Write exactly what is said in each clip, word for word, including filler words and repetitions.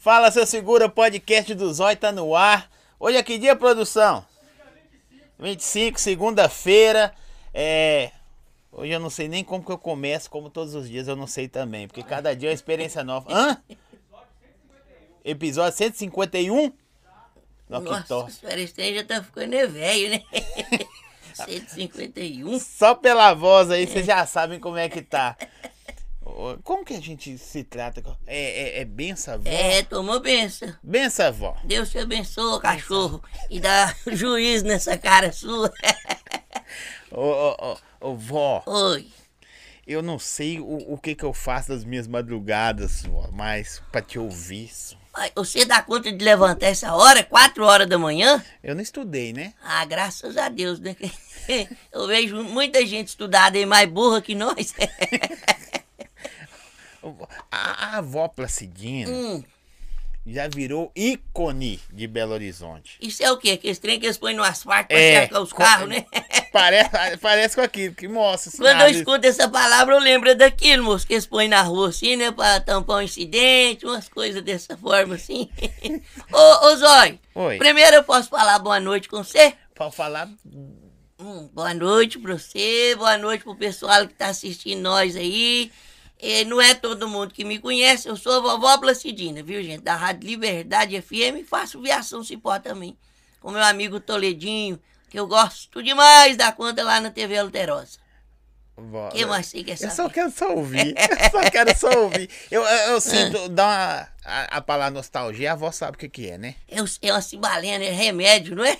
Fala, seu segura, podcast do Zóio tá no ar. Hoje é que dia, produção? vinte e cinco, segunda-feira. É... Hoje eu não sei nem como que eu começo, como todos os dias eu não sei também, porque cada dia é uma experiência nova. Hã? Episódio cento e cinquenta e um? Nossa, esse trem já tá ficando é velho, né? cento e cinquenta e um. Só pela voz aí, vocês já sabem como é que tá. Como que a gente se trata? É, é, é benção, vó? É, tomou benção. Benção, vó. Deus te abençoe, cachorro. E dá juízo nessa cara sua. Ô, ô, ô, ô, vó. Oi. Eu não sei o, o que que eu faço das minhas madrugadas, vó, mas pra te ouvir isso. Você dá conta de levantar essa hora, quatro horas da manhã? Eu não estudei, né? Ah, graças a Deus, né? Eu vejo muita gente estudada e mais burra que nós. A, a avó Placidina hum. já virou ícone de Belo Horizonte. Isso é o quê? Aqueles trem que eles põem no asfalto pra É, cercar os carros, né? Parece, parece com aquilo que mostra. Quando sinal, eu escuto essa palavra, eu lembro daquilo, moço, que eles põem na rua assim, né? Pra tampar um incidente, umas coisas dessa forma assim. Ô, ô Zóio, Oi. Primeiro eu posso falar boa noite com você? Pode falar. Hum, boa noite pra você, boa noite pro pessoal que tá assistindo nós aí. É, não é todo mundo que me conhece, eu sou a vovó Placidina, viu, gente? Da Rádio Liberdade F M, faço Viação Cipó também. Com meu amigo Toledinho, que eu gosto demais da conta lá na T V Alterosa. O que mais você quer saber? Eu só quero só ouvir. Eu só quero só ouvir. Eu, eu, eu sinto, dá uma. A, a palavra nostalgia, a avó sabe o que, que é, né? Eu, é uma cimbalena, é remédio, não é?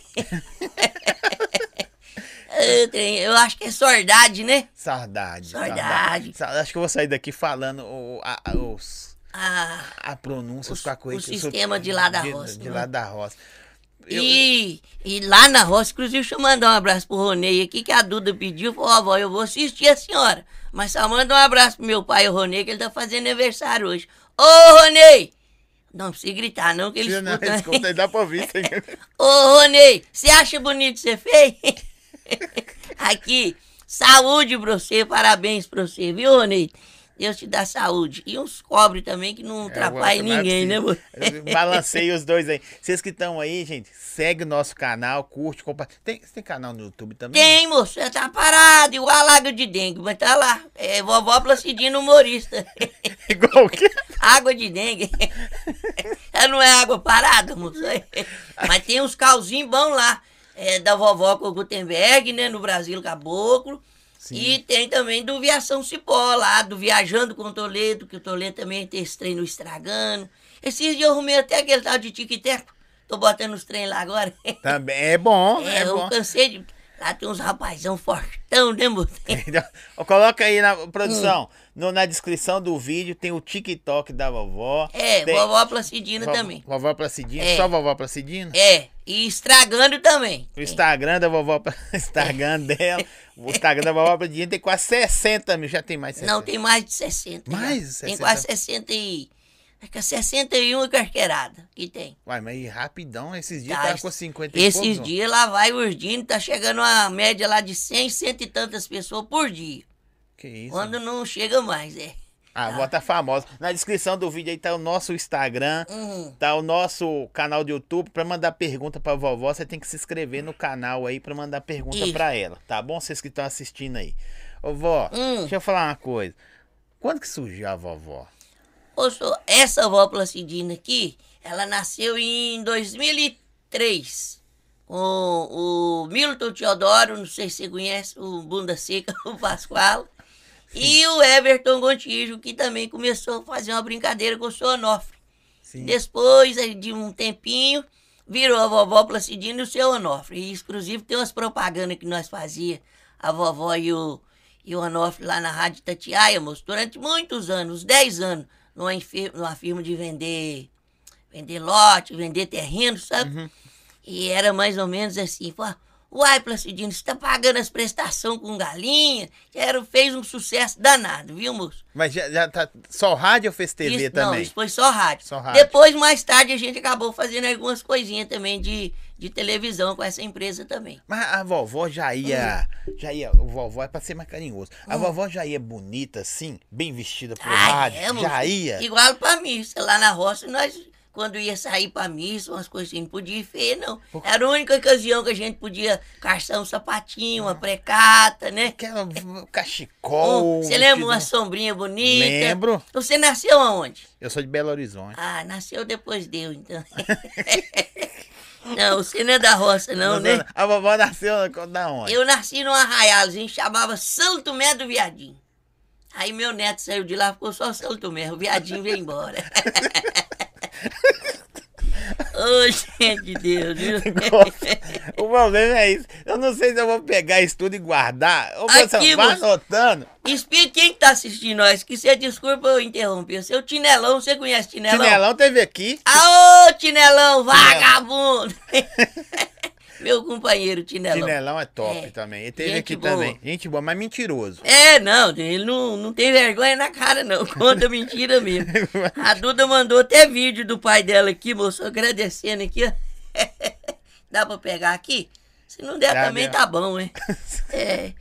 Eu acho que é sordade, né? Saudade. Sordade. Saudade. Acho que eu vou sair daqui falando o, a, a, os, ah, a pronúncia, os, o, com a o sistema de lá da roça. De, de lá da roça. Eu, e, eu... e lá na roça, inclusive, deixa eu mandar um abraço pro Ronei aqui, que a Duda pediu. Falou, ó, vó, eu vou assistir a senhora. Mas só manda um abraço pro meu pai, o Ronei, que ele tá fazendo aniversário hoje. Ô, Ronei! Não precisa gritar, não, que ele escuta. Não, escuta, dá pra ouvir. Ô, Ronei, você acha bonito ser feio? Aqui, saúde pra você, parabéns pra você, viu, Ronei? Deus te dá saúde. E uns cobre também que não atrapalha é, ninguém, né, amor? Balancei os dois aí. Vocês que estão aí, gente, segue o nosso canal, curte, compartilha. Tem, você tem canal no YouTube também? Tem, moço. Você tá parado, igual a Lago de Dengue, mas tá lá. É vovó Placidina humorista. Igual o quê? Água de dengue. Ela não é água parada, moço. Mas tem uns calzinhos bons lá. É, da vovó com o Gutenberg, né, no Brasil Caboclo. Sim. E tem também do Viação Cipó lá, do Viajando com o Toledo, que o Toledo também tem esse trem no Estragando. Esses dias eu arrumei até aquele tal de tic-teco. Tô botando os trem lá agora. Também é bom, é, é eu bom. cansei de... Lá tem uns rapazão fortão, né, moço? Coloca aí na produção, hum. no, na descrição do vídeo, tem o TikTok da vovó. É, tem... vovó Placidina Vo... também. Vovó Placidina, é. Só vovó Placidina? É, e Estragando também. O Instagram da vovó, Instagram dela, o Instagram da vovó Placidina tem quase sessenta mil, já tem mais de sessenta. Não, tem mais de sessenta. Mais de sessenta? Tem sessenta? quase sessenta e... Acho que é sessenta e um e carqueirada que tem. Uai, mas rapidão, esses dias tá, tava com cinquenta e Esses poucos, dias lá vai urdindo, tá chegando uma média lá de cem, cento e tantas pessoas por dia. Que isso? Quando não chega mais, é. A avó tá famosa. Na descrição do vídeo aí tá o nosso Instagram, uhum. tá o nosso canal do YouTube. Pra mandar pergunta pra vovó, você tem que se inscrever no canal aí pra mandar pergunta isso. pra ela, tá bom? Vocês que estão assistindo aí. Ô vó, hum. deixa eu falar uma coisa. Quando que surgiu a vovó? Poxa, essa vó Placidina aqui, ela nasceu em dois mil e três. Com o Milton Teodoro, não sei se você conhece, o Bunda Seca, o Pascoal. Sim. E o Everton Gontijo, que também começou a fazer uma brincadeira com o seu Onofre. Sim. Depois de um tempinho, virou a vovó Placidina e o seu Onofre. E, inclusive, tem umas propagandas que nós fazia, a vovó e o, e o Onofre lá na Rádio Tatiaia, moço, durante muitos anos, dez anos. Numa, numa firma de vender vender lote, vender terreno, sabe? Uhum. E era mais ou menos assim, pô, uai, Placidino, você tá pagando as prestações com galinha? Era, fez um sucesso danado, viu, moço? Mas já, já tá só rádio ou fez T V isso, também? Não, isso foi só rádio. Só rádio. Depois, mais tarde, a gente acabou fazendo algumas coisinhas também de, de televisão com essa empresa também. Mas a vovó já ia, hum. já ia, o vovó é pra ser mais carinhoso. A hum. vovó já ia bonita assim, bem vestida pro ah, rádio, é, moço, já ia? Igual pra mim, sei lá na roça, nós quando ia sair pra missa, umas coisas assim, não podia ir feio, não. Era a única ocasião que a gente podia calçar um sapatinho, uma precata, né? Aquela cachecol. Você lembra uma sombrinha bonita? Lembro. Você nasceu aonde? Eu sou de Belo Horizonte. Ah, nasceu depois de eu, então. Não, você não é da roça, não, Você- né? A vovó nasceu da onde? Eu nasci num arraialzinho, chamava São Tomé do Viadinho. Aí meu neto saiu de lá, ficou só São Tomé, o Viadinho veio embora. Ô, gente de Deus, viu? O problema é isso. Eu não sei se eu vou pegar isso tudo e guardar. Ô, moção, Aqui, vai moço. anotando. Explica quem que tá assistindo nós, que você desculpa eu interromper. Seu Tinelão, você conhece Tinelão? Tinelão teve aqui. Aô, Tinelão, vagabundo! Meu companheiro Tinelão. Tinelão é top É. também. Ele teve Gente aqui boa. também. Gente boa, mas mentiroso. É, não, ele não, não tem vergonha na cara, não. Conta mentira mesmo. A Duda mandou até vídeo do pai dela aqui, moço, agradecendo aqui, ó. Dá pra pegar aqui? Se não der Dá, também dá. tá bom, hein? É.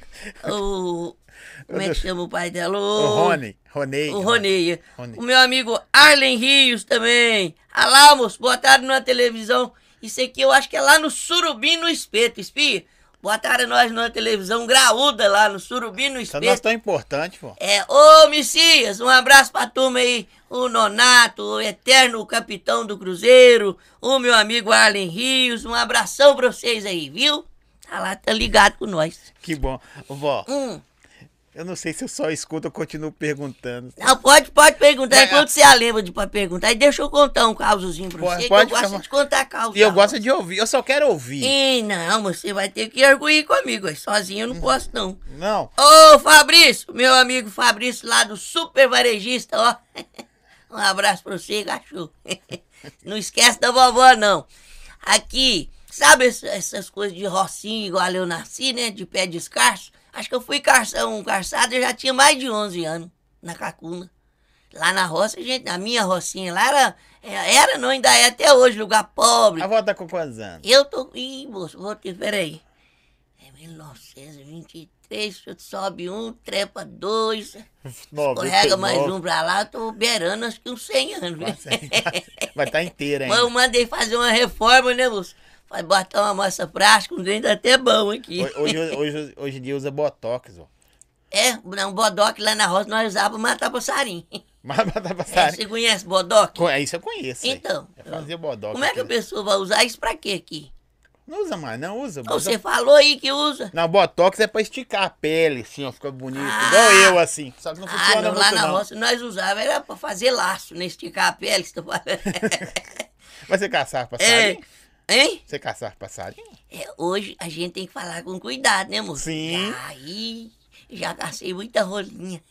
O. Como é que chama o pai dela? O Rony. Ronei. O Roneia. Rony. O meu amigo Arlen Rios também. Ah lá, moço, botaram na televisão. Isso aqui eu acho que é lá no Surubim no Espeto, espia. Botaram nós numa televisão graúda lá no Surubim no Então Espeto. nós tão importante, pô. É, ô Messias, um abraço pra turma aí, o Nonato, o eterno capitão do Cruzeiro, o meu amigo Arlen Rios, um abração pra vocês aí, viu? Tá lá, tá ligado com nós. Que bom. Ô, vó, Hum, eu não sei se eu só escuto ou continuo perguntando. não, pode, pode perguntar, Mas, enquanto você a lembra de pra perguntar, e deixa eu contar um causozinho pra Pode- você, pode que eu gosto ficar- de contar causa. E eu gosto de ouvir, eu só quero ouvir. Ih, não, você vai ter que arguir comigo, aí, sozinho eu não posso não. Não. Ô, Fabrício, meu amigo Fabrício lá do Super Varejista, ó. Um abraço pra você, cachorro. Não esquece da vovó, não. Aqui, sabe ess- essas coisas de rocinha igual eu nasci, né? De pé descalço? Acho que eu fui carçar um carçado, eu já tinha mais de onze anos, na Cacuna. Lá na roça, gente, na minha rocinha lá era, é, era não, ainda é até hoje, lugar pobre. A vó tá com quantos anos? Eu tô. Ih, moço, vou ter. Peraí. É mil novecentos e vinte e três, sobe um, trepa dois, escorrega mais um pra lá, eu tô beirando acho que uns cem anos, viu? Vai estar inteira Mas eu ainda. mandei fazer uma reforma, né, moço? Vai botar uma massa plástica, um dente até bom aqui. Hoje, hoje, hoje em dia usa botox, ó. É, um bodoque lá na roça nós usávamos pra matar passarinho. Mas matar É, passarinho. você conhece bodoque? Co- É isso eu conheço. aí. Então, É fazer bodox. Como é que a aqui. pessoa vai usar isso pra quê aqui? Não usa mais, não usa. Você falou aí que usa. Não, botox é pra esticar a pele, assim, ó, fica bonito. Ah. Igual eu, assim. Só que não Ah, funciona não, muito, lá na não. roça nós usávamos, era pra fazer laço, né? Esticar a pele, que você tá falando. Mas você caçava É, passarinho? hein? Você caçava passarinho? É, hoje a gente tem que falar com cuidado, né, moço? Sim. Já, aí, já cacei muita rolinha.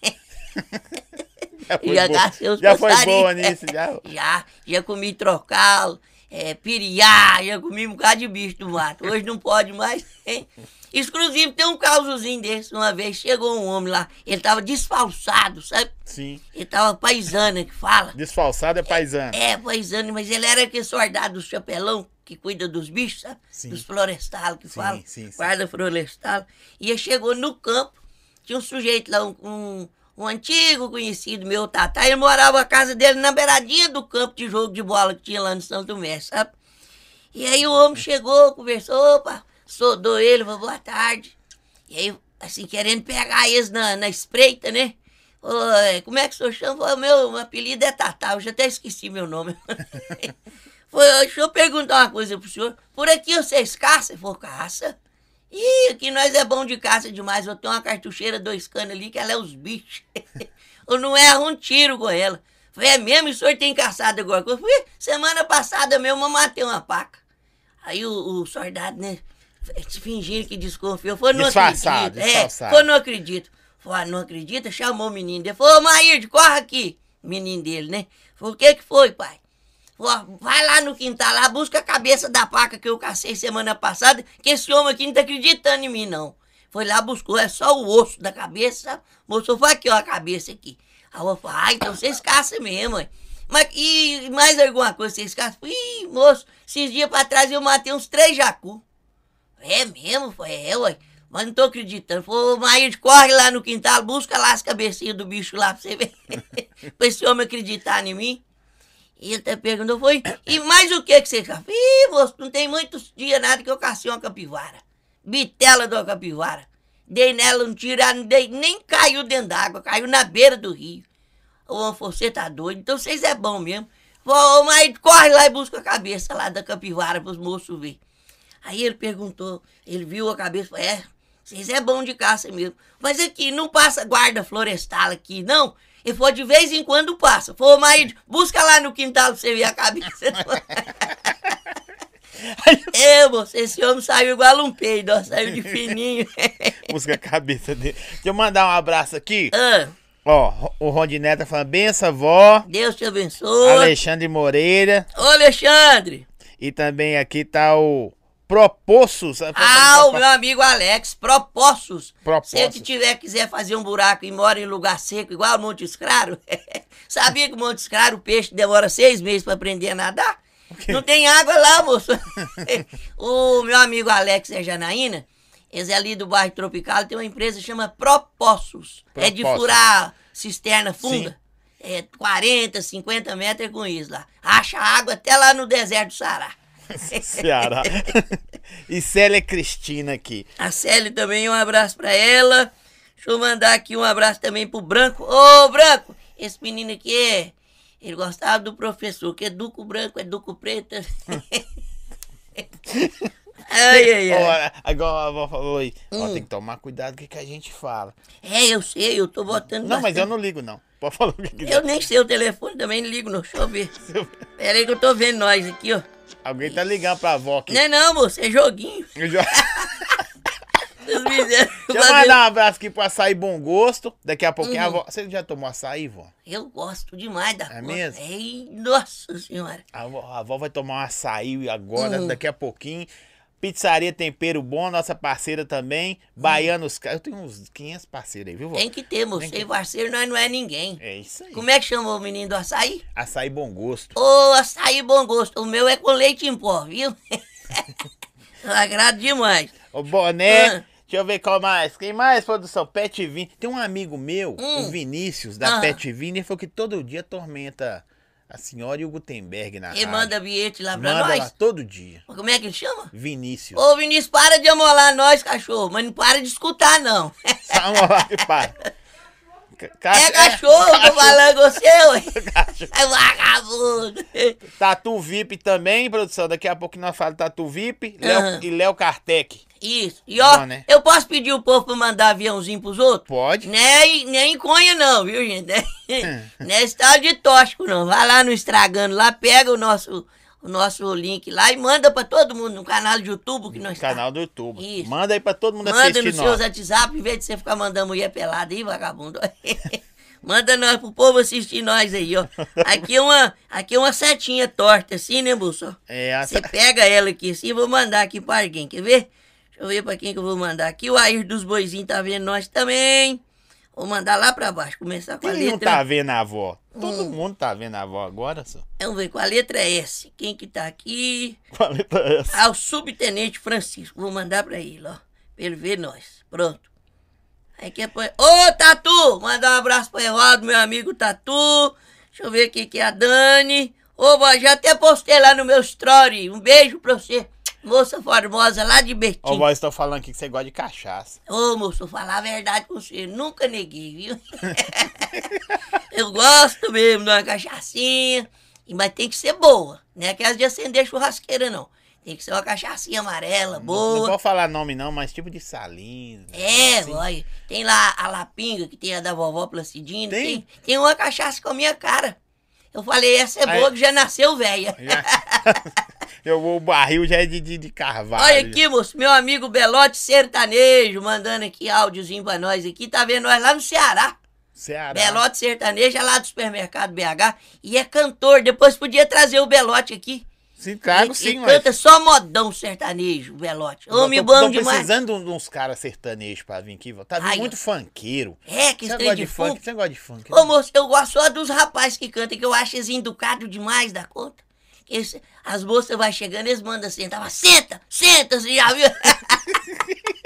Já foi, Já boa. gastei os Já foi passarinhos. boa nisso, já. Já, já comi trocalo, é, piriá, já comi um bocado de bicho do mato. Hoje não pode mais, hein? Exclusivo, tem um causozinho desse. Uma vez chegou um homem lá, ele tava desfalsado, sabe? Sim. Ele tava paisana, que fala. Desfalsado é paisano. É, paisano, mas ele era aquele soldado do chapelão que cuida dos bichos, sabe? Sim. Dos florestais que Sim, fala. sim, sim. Guarda florestal. E ele chegou no campo, tinha um sujeito lá, um, um, um antigo conhecido meu, Tatá, ele morava a casa dele na beiradinha do campo de jogo de bola que tinha lá no Santo Tomé, sabe? E aí o homem chegou, conversou, opa, saudou ele, falou boa tarde. E aí, assim, querendo pegar eles na, na espreita, né? Oi, como é que o senhor chama? Falei, meu, meu apelido é Tatá, eu já até esqueci meu nome. Foi, deixa eu perguntar uma coisa pro senhor. Por aqui vocês caçam? Ele falou, caça. Ih, aqui nós é bom de caça demais. Eu tenho uma cartucheira, dois canos ali, que ela é os bichos. Eu não erro um tiro com ela. Falei, é mesmo? E o senhor tem caçado agora? Eu falei, semana passada mesmo eu matei uma paca. Aí o, o soldado, né, fingindo que desconfiou. Falei, não Disfarçado, acredito. disfarçado. É, falei, não acredito. Falei, ah, não acredita? Chamou o menino dele. Falou, ô Maírde, corre aqui. Menino dele, né? Falei, o que que foi, pai? Falei, vai lá no quintal, lá, busca a cabeça da paca que eu cacei semana passada, que esse homem aqui não tá acreditando em mim, não. Foi lá, buscou, é só o osso da cabeça, sabe? Mostrou, foi aqui, ó, a cabeça aqui. Aí eu falei, ah, então vocês caçam mesmo, mãe. Mas e mais alguma coisa vocês caçam? Ih, moço, esses dias pra trás eu matei uns três jacu. É mesmo? Foi, é, ué. Mas não tô acreditando. Falei, Maíde, corre lá no quintal, busca lá as cabecinhas do bicho lá pra você ver. Pra esse homem acreditar em mim. E ele até perguntou, foi, e mais o que que você caçou? Ih, moço, não tem muitos dias nada que eu cacei uma capivara. Bitela de uma capivara. Dei nela um tiro, ela não dei, nem caiu dentro d'água, caiu na beira do rio. Ô, você tá doido, então vocês é bom mesmo. Ô, mas corre lá e busca a cabeça lá da capivara pros moços verem. Aí ele perguntou, ele viu a cabeça, falou, é, vocês é bom de caça mesmo. Mas aqui, não passa guarda florestal aqui, não? Ele falou, de vez em quando passa. Falou, mas busca lá no quintal pra você ver a cabeça. É, moço, esse homem saiu igual um peido, ó, saiu de fininho. Busca a cabeça dele. Deixa eu mandar um abraço aqui. Ah, Ó, o Rondiné tá falando, benção, vó. Deus te abençoe. Alexandre Moreira. Ô, Alexandre. E também aqui tá o Propossos. Ah, o meu amigo Alex, Propossos. Propossos. Se que tiver, quiser fazer um buraco e mora em lugar seco, igual o Monte Escraro, sabia que o Monte Escraro, o peixe demora seis meses pra aprender a nadar? Não tem água lá, moço. O meu amigo Alex é Janaína, eles é ali do bairro Tropical, tem uma empresa que chama Propossos. É de Propossos. furar cisterna funda. Sim. É quarenta, cinquenta metros com isso lá. Acha água até lá no deserto do Saara. Ceará. E Célia Cristina aqui. A Célia também, um abraço pra ela. Deixa eu mandar aqui um abraço também pro Branco. Ô, Branco, esse menino aqui é... Ele gostava do professor, que é Duco Branco, é Duco Preto. Ai, ai, ai. Ó, agora a avó falou aí, ó, Hum. tem que tomar cuidado com o que a gente fala. É, eu sei, eu tô botando Não, mas bastante. eu não ligo não. Pode falar o que quiser. Eu nem sei o telefone, também não ligo não, deixa eu ver. Pera aí que eu tô vendo nós aqui, ó. Alguém tá ligando pra avó aqui. Não é não, moço, é joguinho. Eu já- Vocês me deram Deixa eu mandar um abraço aqui pro Açaí Bom Gosto. Daqui a pouquinho a Uhum. avó... Você já tomou açaí, vó? Eu gosto demais da É conta. mesmo? Ei, nossa senhora. A avó, a avó vai tomar um açaí agora, Uhum. daqui a pouquinho. Pizzaria Tempero Bom, nossa parceira também. Baianos... Ca- Eu tenho uns quinhentos parceiros aí, viu, vó? Tem que ter, moço. Tem que- Sem parceiro nós não é ninguém. É isso aí. Como é que chamou o menino do açaí? Açaí Bom Gosto. Ô, açaí bom gosto. O meu é com leite em pó, viu? Eu agrado demais. O Boné... Ah. Deixa eu ver qual mais. Quem mais, produção? Pet Vini. Tem um amigo meu, Hum. o Vinícius, da Ah. Pet Vini, ele falou que todo dia atormenta a senhora e o Gutenberg na Ele rádio. manda bilhete lá pra Manda nós. lá todo dia. Como é que ele chama? Vinícius. Ô, Vinícius, para de amolar nós, cachorro. Mas não para de escutar, não. Vamos lá que para. Ca- É cachorro, tô falando com você, ué. Cachorro. É vagabundo. Tatu V I P também, produção. Daqui a pouco nós falamos Tatu V I P Léo- Aham. e Léo Kartek. Isso. E ó, Bom, né? eu posso pedir o povo pra mandar aviãozinho pros outros? Pode. Nem, nem conha não, viu, gente? Não é esse tal de tóxico, não. Vai lá no Estragando, lá pega o nosso, o nosso link lá e manda pra todo mundo no canal de YouTube que nós tá. Canal do YouTube. Isso. Manda aí pra todo mundo Manda assistir nos nós. seus WhatsApp, em vez de você ficar mandando mulher pelada aí, vagabundo. Manda nós pro povo assistir nós aí, ó. Aqui é uma, aqui é uma setinha torta assim, né, moço? É, a... Você pega ela aqui assim, vou mandar aqui pra alguém, quer ver? Deixa eu ver pra quem que eu vou mandar aqui. O Air dos Boizinhos tá vendo nós também. Vou mandar lá pra baixo, começar com a Quem não letra... tá vendo a avó? Todo Hum. mundo tá vendo a avó agora, só. Vamos ver, com a letra S. Quem que tá aqui? Qual letra é essa? Ao Subtenente Francisco. Vou mandar pra ele, ó. Pra ele ver nós. Pronto. Aí quer pôr... Ô, Tatu! Manda um abraço pro Evaldo, meu amigo Tatu. Deixa eu ver aqui que é a Dani. Ô, vó, já até postei lá no meu story. Um beijo pra você. Moça formosa lá de Ó, Betim. vó, estão falando aqui que você gosta de cachaça. Ô, moço, falar a verdade com você. Nunca neguei, viu? Eu gosto mesmo de uma cachaçinha. Mas tem que ser boa. Não é aquelas de acender churrasqueira, não. Tem que ser uma cachaçinha amarela, Não boa. vou falar nome não, mas tipo de salina. É, assim. olha. Tem lá a lapinga, que tem a da vovó Placidina. Tem? Tem, tem uma cachaça com a minha cara. Eu falei, essa é Aí- boa, que já nasceu velha. Já- Eu vou, o barril já é de, de, de carvalho. Olha aqui, moço, meu amigo Belote Sertanejo, mandando aqui áudiozinho pra nós aqui. Tá vendo nós lá no Ceará. Ceará. Belote Sertanejo é lá do supermercado B H. E é cantor. Depois podia trazer o Belote aqui. Sim, trago Ele- sim, ele mas... canta só modão sertanejo, o Belote. Homem Tô- bom tô demais. precisando de uns caras sertanejos pra vir aqui, vó. Tá vindo Ai, muito ó. funkeiro. É, que Você trem gosta de de funk? funk. Você gosta de funk? Ô, moço, eu gosto só dos rapazes que cantam, que eu acho eles educados demais da conta. Esse- as moças vai chegando, eles mandam sentar. Fala, senta, senta, você já viu?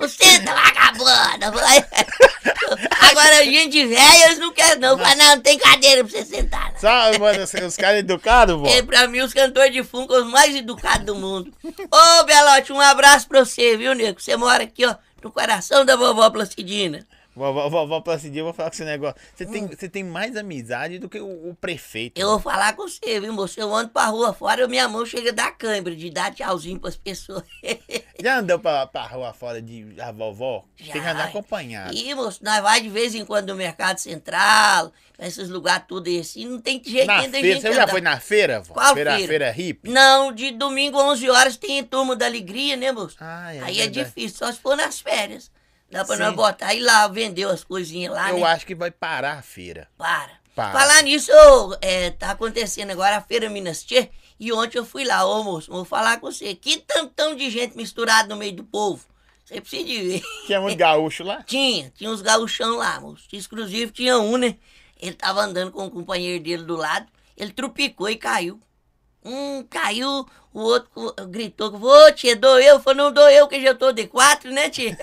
Senta, vagabunda. Vai. Agora, gente velha, eles não querem não. Fala, não, não tem cadeira pra você sentar. Não. Só, mano, os, os caras educados, vó? É, pra mim, os cantores de funk são os mais educados do mundo. Ô, Belote, um abraço pra você, viu, nego? Você mora aqui, ó, no coração da vovó Placidina. Vovó, vovó Placidinha, eu vou falar com esse negócio. Você tem, você tem mais amizade do que o, o prefeito. Eu vou falar com você, viu, moço? Eu ando pra rua fora, minha mão chega a dar cãibra de dar tchauzinho pras pessoas. Já andou pra, pra rua fora de a vovó? Já. Tem que andar acompanhado. Ih, moço, nós vai de vez em quando no Mercado Central, esses lugares tudo aí assim, não tem jeito Na nem da feira, gente você já andar. foi na feira, vó? Qual feira? feira? Feira hippie? Não, de domingo onze horas tem Turma da Alegria, né, moço? Ah, é Aí é verdade. difícil, só se for nas férias. Dá pra Sim. nós botar e lá vender as coisinhas lá, Eu né? acho que vai parar a feira. Para. Para. Falar nisso, eu, é, tá acontecendo agora a Feira Minas Tchê, e ontem eu fui lá, ô moço, vou falar com você. Que tantão de gente misturada no meio do povo. Você precisa de ver. Tinha muito gaúcho lá? Tinha, tinha uns gaúchão lá, moço. Exclusivo tinha um, né? Ele tava andando com o companheiro dele do lado, ele trupicou e caiu. Um caiu, o outro gritou, ô tia, dou eu? Falou, não dou eu, que já tô de quatro, né, tia?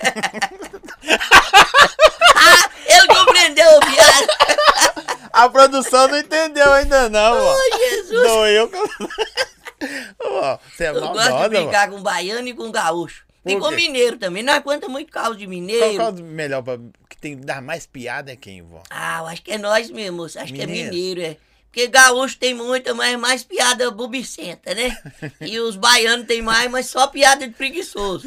Ah, ele compreendeu o piada. A produção não entendeu ainda não, ó. Ô, Jesus. Dou eu que eu... Ó, você é Eu gosto de maldosa, vó. brincar com baiano e com gaúcho. E Por com quê? mineiro também. Nós conta muito caos de Qual, mineiro. qual o melhor pra... que tem dá mais piada é quem, vó? Ah, eu acho que é nós mesmo, moço. Acho que Mineiro? é mineiro, é. Porque gaúcho tem muita, mas mais piada bubicenta, né? E os baianos tem mais, mas só piada de preguiçoso.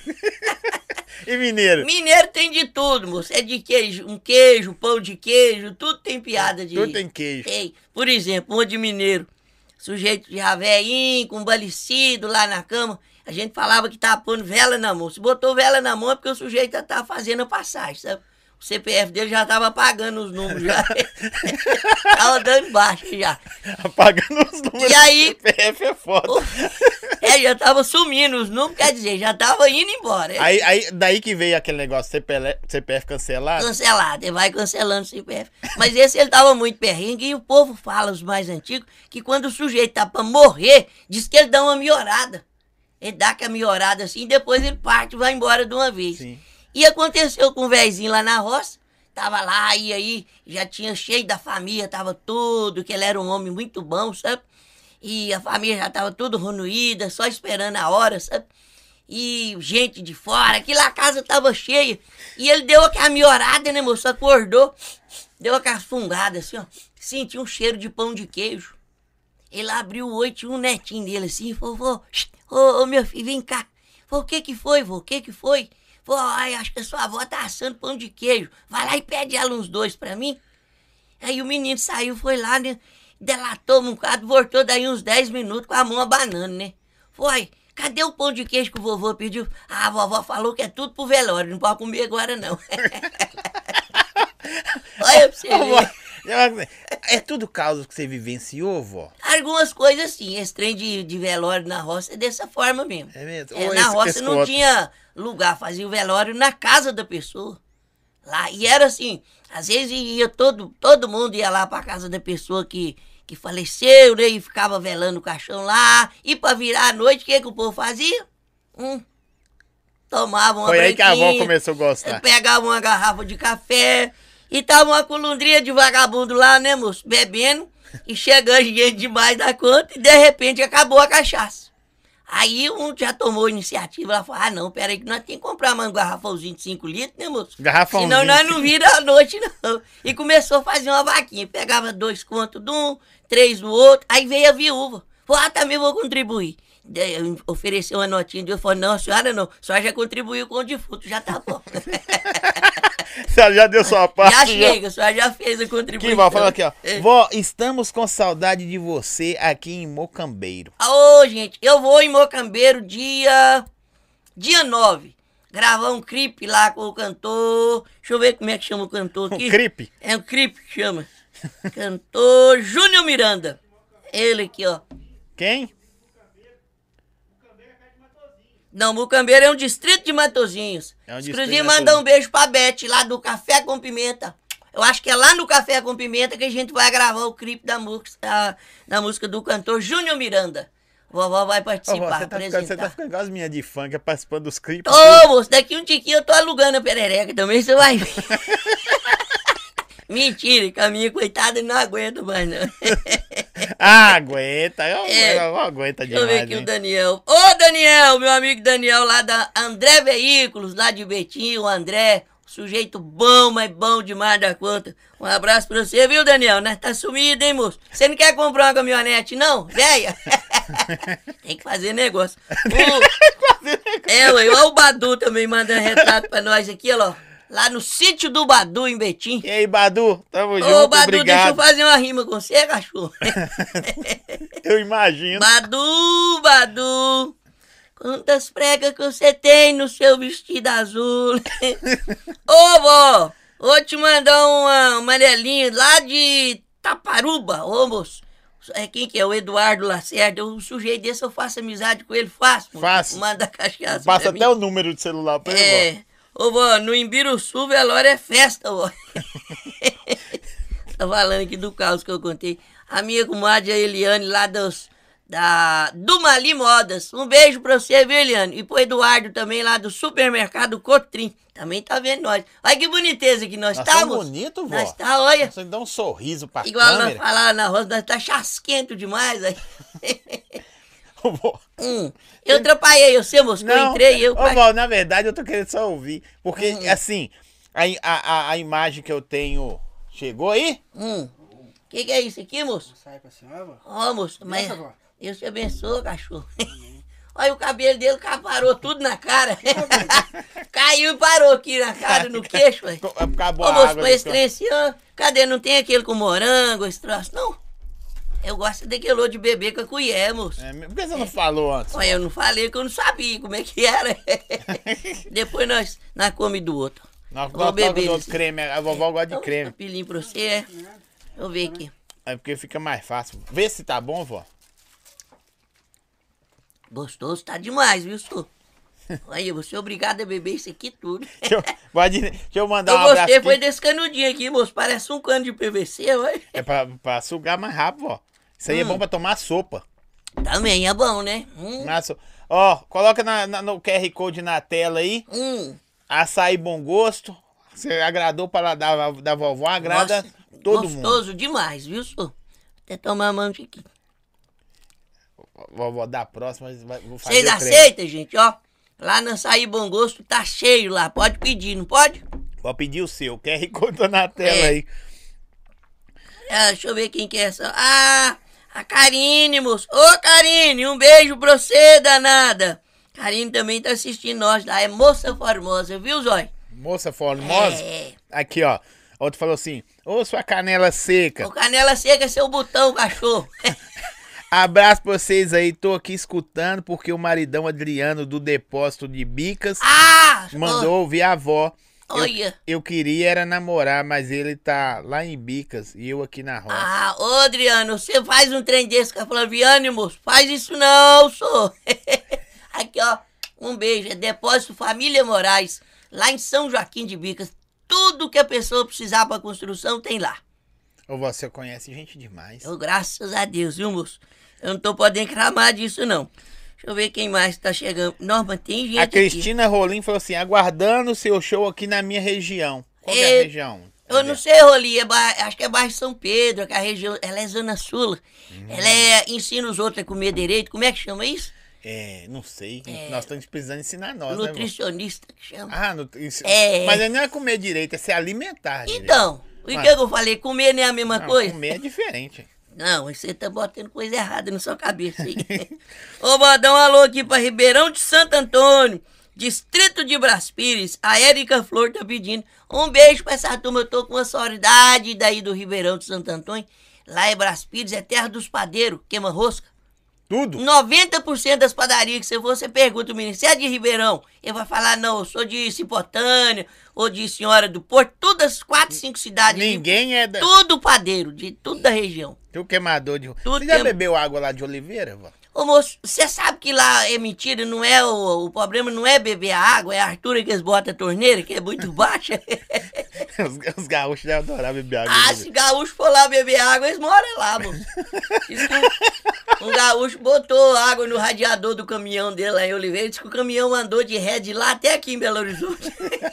E mineiro? Mineiro tem de tudo, moço. É de queijo, um queijo, pão de queijo, tudo tem piada de... Tudo tem queijo. Tem. Por exemplo, um de mineiro. Sujeito já velhinho, com balicido lá na cama. A gente falava que tava pondo vela na mão. Se botou vela na mão é porque o sujeito já tava fazendo a passagem, sabe? O C P F dele já tava apagando os números já. Tava dando baixo já. Apagando os números. E aí- C P F é foda. É, já tava sumindo os números, quer dizer, já tava indo embora. Aí, aí, daí que veio aquele negócio C P F, C P F cancelado. Cancelado, ele vai cancelando o C P F. Mas esse ele tava muito perrengue e o povo fala, os mais antigos, que quando o sujeito tá pra morrer, diz que ele dá uma melhorada. Ele dá aquela melhorada assim, depois ele parte e vai embora de uma vez. Sim. E aconteceu com o vezinho lá na roça, tava lá, e aí já tinha cheio da família, tava tudo, que ele era um homem muito bom, sabe? E a família já tava tudo reunida, só esperando a hora, sabe? E gente de fora, aquilo a casa tava cheia. E ele deu aquela melhorada, né, moço? Acordou, deu aquela fungada assim, ó. Sentiu um cheiro de pão de queijo. Ele abriu o olho, tinha um netinho dele assim, e falou, vô, ô, ô meu filho, vem cá. Falou, o que que foi, vô? O que que foi? Falou, ai, acho que a sua avó tá assando pão de queijo. Vai lá e pede ela uns dois pra mim. Aí o menino saiu, foi lá, né? Delatou um bocado, voltou daí uns dez minutos com a mão abanando, né? Foi, cadê o pão de queijo que o vovô pediu? Ah, a vovó falou que é tudo pro velório, não pode comer agora não. Olha pra você Ô, vó, ver. é tudo causa que você vivenciou, vó? Algumas coisas sim, esse trem de, de velório na roça é dessa forma mesmo. É mesmo? É, Ou na esse- roça esse não outro? tinha lugar, fazia o velório na casa da pessoa. Lá, e era assim, às vezes ia todo, todo mundo ia lá pra casa da pessoa que, que faleceu, né? E ficava velando o caixão lá. E pra virar a noite, o que, que o povo fazia? Hum, tomava uma Foi aí que a avó branquinha, começou a gostar. pegava uma garrafa de café e tava uma colundria de vagabundo lá, né, moço? Bebendo e chegando gente demais da conta e de repente acabou a cachaça. Aí um já tomou a iniciativa, ela falou, ah não, peraí que nós temos que comprar mais um garrafãozinho de cinco litros, né, moço? Garrafãozinho. Senão nós não vira a noite, não. E começou a fazer uma vaquinha, pegava dois contos de um, três do outro, aí veio a viúva. Falou, ah, também vou contribuir. Daí eu ofereceu uma notinha de eu falei, não, senhora não, a senhora já contribuiu com o defunto, já tá bom. Você já deu sua parte? Já chega, a senhora já fez a contribuição. Aqui, vó, fala aqui, ó. É. Vó, estamos com saudade de você aqui em Mocambeiro. Ô, gente, eu vou em Mocambeiro dia... dia nove. Gravar um clipe lá com o cantor... Deixa eu ver como é que chama o cantor aqui. Um clipe? É um clipe que chama. Cantor Júnior Miranda. Ele aqui, ó. Quem? Não, Mucambeiro é um distrito de Matozinhos. É um distrito Inclusive, de mandar Matozinhos. um beijo pra Beth, lá do Café com Pimenta. Eu acho que é lá no Café com Pimenta que a gente vai gravar o clipe da música, da, da música do cantor Júnior Miranda. Vovó vai Ô, vó, participar, você, tá ficando, você apresentar. tá ficando igual as minhas de funk, participando dos clipes. Ô, moço, daqui um tiquinho eu tô alugando a perereca também, você vai ver. Mentira, que a minha coitada não aguenta mais, não. Ah, aguenta, eu, É. eu, eu aguenta Deixa eu ver demais, aqui o hein? Daniel. Ô, Daniel, meu amigo Daniel lá da André Veículos, lá de Betinho, o André, sujeito bom, mas bom demais da conta. Um abraço pra você, viu, Daniel? Nós tá sumido, hein, moço? Você não quer comprar uma caminhonete, não? Véia? Tem que fazer negócio. O... É, ué, olha o Badu também mandando retrato pra nós aqui, ó. Lá no sítio do Badu, em Betim. E aí, Badu, tamo junto, Ô, Badu, obrigado. deixa eu fazer uma rima com você, cachorro. Eu imagino. Badu, Badu, quantas pregas que você tem no seu vestido azul? Ô, vó, vou te mandar uma amarelinha lá de Taparuba, ô, moço. É quem que é? O Eduardo Lacerda. O sujeito desse eu faço amizade com ele fácil. Fácil. Manda cachaça. Passa pra até mim. o número de celular pra ele, É. Ô, vó, no Imbiruçu, velório é festa, vó. Tá falando aqui do caos que eu contei. A minha comadre, a Eliane, lá dos, da, do Mali Modas. Um beijo pra você, viu, Eliane? E pro Eduardo também, lá do supermercado Cotrim. Também tá vendo nós. Olha que boniteza que nós Nós estamos. somos bonitos, vó. Nós tá, olha. Você dá um sorriso pra Igual nós câmera. falávamos na roça, nós tá chasquento demais aí. Ô, vó. Hum, eu atrapalhei você, moço, que eu entrei, eu... Ô, vó, na verdade eu tô querendo só ouvir. Porque, Hum. assim, a, a, a imagem que eu tenho... Chegou aí? Hum, que que é isso aqui, moço? Sai pra senhora, vó. Ó, moço, mas Nossa, vó. Deus te abençoe, cachorro. Olha o cabelo dele, cara, parou tudo na cara. Caiu e parou aqui na cara, no queixo, ué. Acabou Ô, a moço, água. com esse trem assim, ó, cadê? Não tem aquele com morango, esse troço, não? Eu gosto daquele outro de beber com a colher, moço. É, por que você não falou antes? Olha, eu não falei que eu não sabia como é que era. Depois nós, nós come do outro. Nós Vou colocamos beber outro esse. creme, a vovó gosta de Então, creme. um pilinho pra você, é. Deixa eu ver aqui. É porque fica mais fácil. Vê se tá bom, vó. Gostoso tá demais, viu, senhor? Olha, eu vou ser obrigado a beber isso aqui tudo. Deixa eu, pode, deixa eu mandar Eu um abraço gostei, aqui. foi desse canudinho aqui, moço. Parece um cano de P V C, olha. É pra, pra sugar mais rápido, ó. Isso aí é Hum. bom pra tomar sopa. Também é bom, né? Hum, Na so- Ó, coloca na, na- no Q R Code na tela aí. hum. Açaí bom gosto. Você agradou para da, da vovó, agrada Nossa, todo mundo. gostoso demais, viu, senhor? Até tomar uma aqui. Vovó, da próxima, vai- vou fazer Vocês o creme. aceitam, gente, ó? Lá no Açaí Bom Gosto tá cheio lá. Pode pedir, não pode? Vou pedir o seu. Q R Code tá na tela É. aí. Ah, deixa eu ver quem que é essa. Ah, a Karine, moço. Ô, Karine, um beijo pra você, danada. Karine também tá assistindo nós lá. É moça formosa, viu, Zói? Moça formosa. É. Aqui, ó. Outro falou assim: ô, sua canela seca. O canela seca é seu botão, cachorro. Abraço pra vocês aí. Tô aqui escutando porque o maridão Adriano do depósito de Bicas Ah! mandou ouvir a avó. ó, Olha. Eu queria era namorar, mas ele tá lá em Bicas e eu aqui na roça. Ah, ô Adriano, você faz um trem desse com a Flaviane, moço? Faz isso não, sou. Aqui, ó, um beijo. É Depósito Família Moraes, lá em São Joaquim de Bicas. Tudo que a pessoa precisar pra construção tem lá. Ô, você conhece gente demais. Eu, graças a Deus, viu, moço? Eu não tô podendo reclamar disso, não. Deixa eu ver quem mais tá chegando. Nossa, tem gente A aqui. Cristina Rolim falou assim: aguardando o seu show aqui na minha região. Qual que é É, a região? Eu não sei, Roli, é ba- acho que é bairro São Pedro, que a região, ela é Zona Sul. Hum. Ela é, ensina os outros a comer direito. Como é que chama isso? É, não sei. Nós estamos precisando ensinar nós, né, vó? Nutricionista que chama. Ah, nutri... É. Mas não é comer direito, é se alimentar. direito. Então, o que, Mas- que eu falei? Comer não é a mesma Não, coisa? comer é diferente. Não, você tá botando coisa errada na sua cabeça aí. Ô, vou dar um alô aqui pra Ribeirão de Santo Antônio, distrito de Brás Pires. A Érica Flor tá pedindo um beijo pra essa turma. Eu tô com uma saudade daí do Ribeirão de Santo Antônio. Lá é Brás Pires, é terra dos padeiros, queima rosca. Tudo. noventa por cento das padarias que você for, você pergunta o menino, você é de Ribeirão? Ele vai falar, não, eu sou de Cipotânia, ou de Senhora do Porto, todas as quatro, cinco cidades. ali, Ninguém é da... Tudo padeiro, de tudo da região. Tu queimador de... Tudo Você já queim- bebeu água lá de Oliveira, vó? Ô moço, você sabe que lá é mentira, não é o, o problema não é beber a água, é a altura que eles botam a torneira, que é muito baixa. Os, os gaúchos devem adorar beber água. Ah, de se gaúcho for lá beber água, eles moram lá, moço. Diz que um, um gaúcho botou água no radiador do caminhão dele lá em Oliveira. Diz que o caminhão andou de ré de lá até aqui em Belo Horizonte.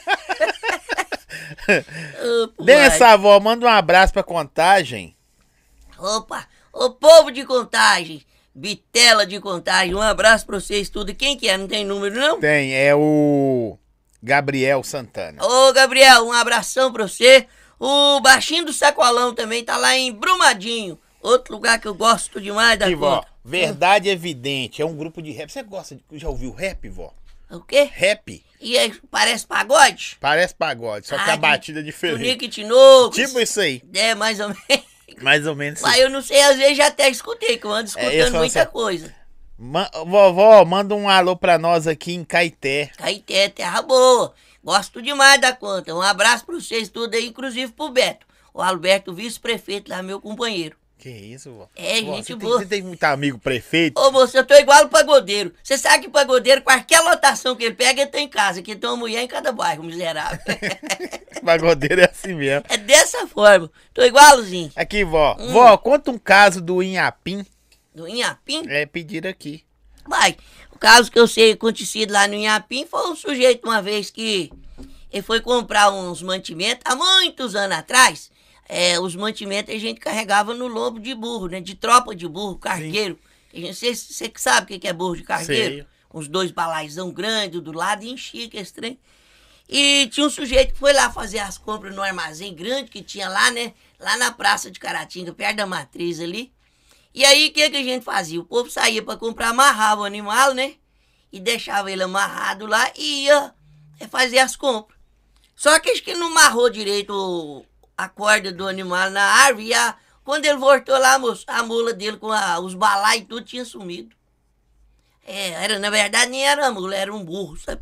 Oh, Benção, avó, manda um abraço pra Contagem. Opa, ô povo de Contagem, Bitela de Contagem, um abraço pra vocês tudo. Quem que é? Não tem número, não? Tem, é o Gabriel Santana. Ô, Gabriel, um abração pra você. O Baixinho do Sacolão também tá lá em Brumadinho. Outro lugar que eu gosto demais da E, vó, conta. Verdade Evidente, é um grupo de rap. Você gosta de... Já ouviu rap, vó? O quê? Rap? E aí, parece pagode? Parece pagode, só que Ah, a batida é diferente. Tunique Tinoco. Tipo isso aí. É, mais ou menos. Mais ou menos Mas isso. eu não sei, às vezes já até escutei, que eu ando É, eu escutando falo muita assim, coisa. Ma- Vovó, manda um alô pra nós aqui em Caeté. Caeté, terra boa. Gosto demais da conta. Um abraço pra vocês tudo aí, inclusive pro Beto. O Alberto, vice-prefeito lá, meu companheiro. Que isso, vó? É, Vó, gente você boa. Tem, você tem muito amigo prefeito? Ô, moço, eu tô igual o pagodeiro. Você sabe que o pagodeiro, qualquer lotação que ele pega, ele tá em casa, que tem uma mulher em cada bairro, miserável. Pagodeiro é assim mesmo. É dessa forma. Tô igualzinho. Aqui, vó. Hum. Vó, conta um caso do Inhapim. Do Inhapim? É, pedir aqui. Vai. O caso que eu sei acontecido lá no Inhapim foi um sujeito uma vez que ele foi comprar uns mantimentos há muitos anos atrás. É, os mantimentos a gente carregava no lombo de burro, né? De tropa de burro, cargueiro. Você que sabe o que que é burro de cargueiro? Sei. Uns dois balaizão grandes do lado e enchia que esse trem. E tinha um sujeito que foi lá fazer as compras no armazém grande que tinha lá, né? Lá na praça de Caratinga, perto da matriz ali. E aí, o que, que a gente fazia? O povo saía para comprar, amarrava o animal, né? E deixava ele amarrado lá e ia fazer as compras. Só que acho que não amarrou direito o, a corda do animal na árvore. E a, quando ele voltou lá, moço, a mula dele com a, os balai e tudo tinha sumido. É, era, na verdade, nem era uma mula, era um burro, sabe?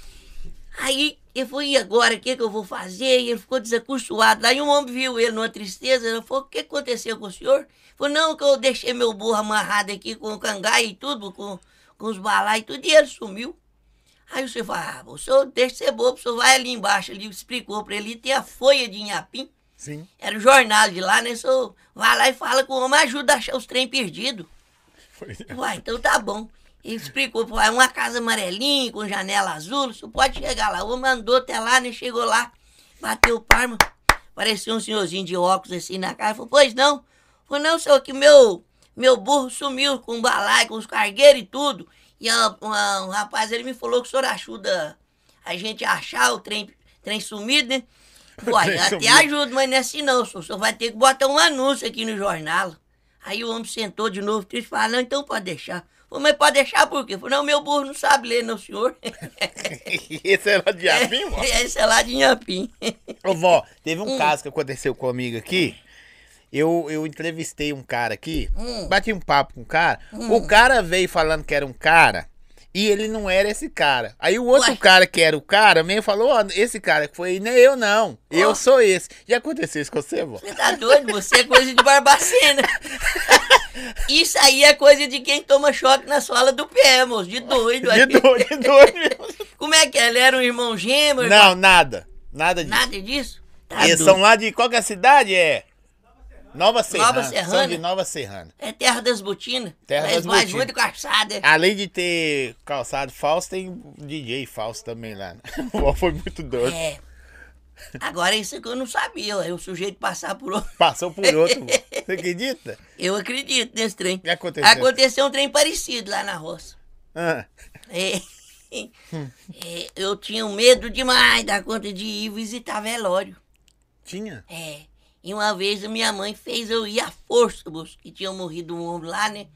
Aí, eu falei, e agora, o que, que eu vou fazer? E ele ficou desacostumado lá. E um homem viu ele numa tristeza. Ele falou, o que aconteceu com o senhor? Ele falou, não, que eu deixei meu burro amarrado aqui com o cangai e tudo, com, com os balai e tudo, e ele sumiu. Aí você fala, ah, o senhor deixa de ser bobo, o senhor vai ali embaixo, ali, explicou pra ele, tem a folha de Inhapim. Sim. Era o jornal de lá, né? O senhor vai lá e fala com o homem, ajuda a achar os trem perdidos. Uai, então tá bom. Ele explicou, pô, é uma casa amarelinha, com janela azul, o senhor pode chegar lá. O homem andou até lá, né? Chegou lá, bateu o palmo, parecia um senhorzinho de óculos assim na cara. Falou, pois não? Falou, não, senhor, que meu, meu burro sumiu com o balai, com os cargueiros e tudo. E a, uma, um rapaz, ele me falou que o senhor ajuda a gente a achar o trem, trem sumido, né? Uai, até sumido. ajuda, mas não é assim não, senhor. O senhor vai ter que botar um anúncio aqui no jornal. Aí o homem sentou de novo, triste, e falou, não, então pode deixar. Falei, mas pode deixar por quê? Falei, não, meu burro não sabe ler, não, senhor. Esse é lá de Inhapim, vó? Esse é lá de Inhapim. Ô, vó, teve um Hum. caso que aconteceu comigo aqui. Eu, eu entrevistei um cara aqui, Hum. bati um papo com um cara. O cara veio falando que era um cara e ele não era esse cara. Aí o outro Ué. cara que era o cara meio falou, ó, esse cara que foi, nem eu não, eu Ó. sou esse. Já aconteceu isso com você, vó? Você tá doido? Você é coisa de Barbacena. Isso aí é coisa de quem toma choque na sola do pé, moço. De doido. De doido, de doido mesmo. Como é que é? Ele era um irmão gêmeo? Não, irmão? nada, nada disso. Nada disso? Tá Eles doido. são lá de qual que é a cidade? É Nova Serrana. Nova Serrana? São de Nova Serrana. É terra das botinas. Terra Mas das faz botinas. muito calçada. Além de ter calçado falso, tem D J falso também lá. O vó foi muito doido. É. Agora isso que eu não sabia, é o sujeito passar por outro. Passou por outro, vó. Você acredita? Eu acredito nesse trem. O que aconteceu? Aconteceu um trem parecido lá na roça. Ah, É. É, eu tinha um medo demais da conta de ir visitar velório. tinha? É. E uma vez a minha mãe fez eu ir à força, moço, que tinha morrido um homem lá, né?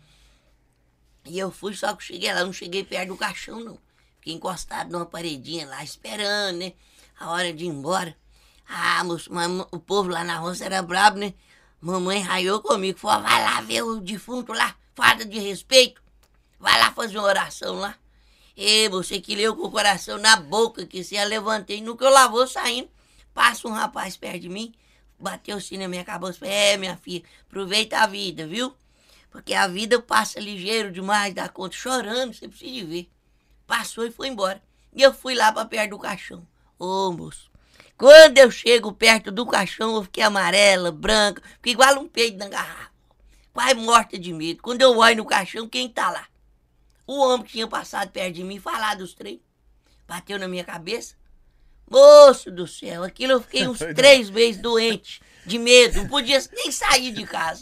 E eu fui, só que cheguei lá, não cheguei perto do caixão, não. Fiquei encostado numa paredinha lá, esperando, né? A hora de ir embora. Ah, moço, mas o povo lá na roça era brabo, né? Mamãe raiou comigo, falou, vai lá ver o defunto lá, falta de respeito. Vai lá fazer uma oração lá. E você que leu com o coração na boca, que se eu levantei, no que eu lá vou saindo, passa um rapaz perto de mim, bateu assim na minha cabeça, é, minha filha, aproveita a vida, viu? Porque a vida passa ligeiro demais da conta, chorando, você precisa de ver. Passou e foi embora. E eu fui lá pra perto do caixão. Ô, moço, quando eu chego perto do caixão, eu fiquei amarela, branca, fiquei igual um peido na garrafa. quase morta de medo. Quando eu olho no caixão, quem tá lá? O homem que tinha passado perto de mim, falado dos três. Bateu na minha cabeça. Moço do céu, aquilo eu fiquei uns três meses doente, de medo, não podia nem sair de casa.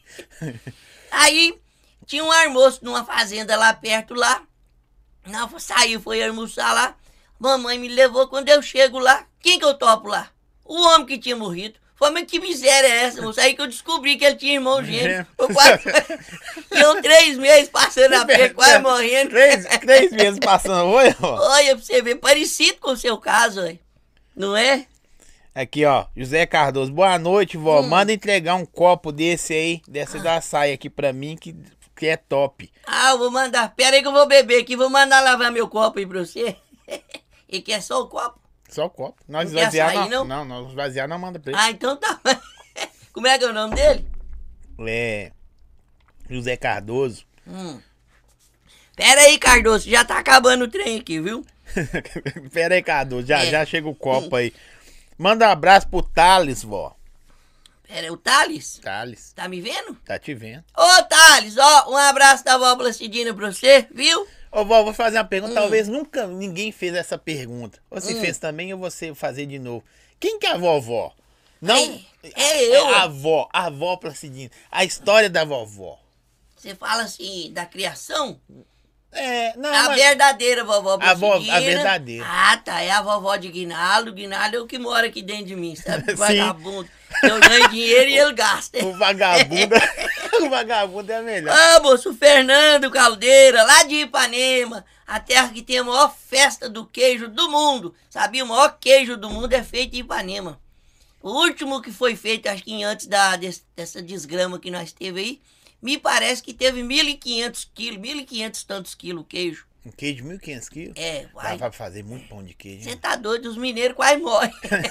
Aí tinha um almoço numa fazenda lá perto lá. Não, saiu, foi almoçar lá. Mamãe me levou. Quando eu chego lá, quem que eu topo lá? O homem que tinha morrido. Falei, mas que miséria é essa, moço? Aí que eu descobri que ele tinha irmão gêmeo. Quase... Tinham três meses passando a pé, quase morrendo. Três, três meses passando, olha. Olha, pra você ver, parecido com o seu caso, aí. Não é? Aqui, ó, José Cardoso. Boa noite, vó. Hum. Manda entregar um copo desse aí, dessa ah. da saia aqui pra mim, que, que é top. Ah, eu vou mandar. Pera aí que eu vou beber aqui. Vou mandar lavar meu copo aí pra você. E quer só o copo? Só o copo. Nós não esvaziar açaí, não, não? não, nós esvaziar não manda pra ele. Ah, então tá. Como é que é o nome dele? É... José Cardoso. Hum. Pera aí, Cardoso. Já tá acabando o trem aqui, viu? Pera aí, Cardoso. Já, é. já chega o copo hum. aí. Manda um abraço pro Thales, vó. Pera aí, o Thales? Thales. Tá me vendo? Tá te vendo. Ô, Thales, ó, um abraço da vó Placidina pra você, viu? Ô, vó, vou fazer uma pergunta. Hum. Talvez nunca ninguém fez essa pergunta. Ou se hum. fez também, eu vou fazer de novo. Quem que é a vovó? Não. É, é eu. É a avó, a avó Placidina. A história da vovó. Você fala assim, da criação? É, não. A mas... verdadeira vovó Placidina. A, vo... a verdadeira. Ah, tá. É a vovó de Guinaldo. Guinaldo é o que mora aqui dentro de mim, sabe? O vagabundo. Eu ganho dinheiro e ele gasta. O vagabundo. O vagabundo é melhor. Ah, moço, o Fernando Caldeira, lá de Ipanema, a terra que tem a maior festa do queijo do mundo. Sabia? O maior queijo do mundo é feito em Ipanema. O último que foi feito, acho que antes da, desse, dessa desgrama que nós teve aí, me parece que teve mil e quinhentos quilos, mil e quinhentos tantos quilos o queijo. Um queijo de mil e quinhentos quilos? É, vai. Dá pra fazer muito pão de queijo. Você tá doido, os mineiros quase morrem.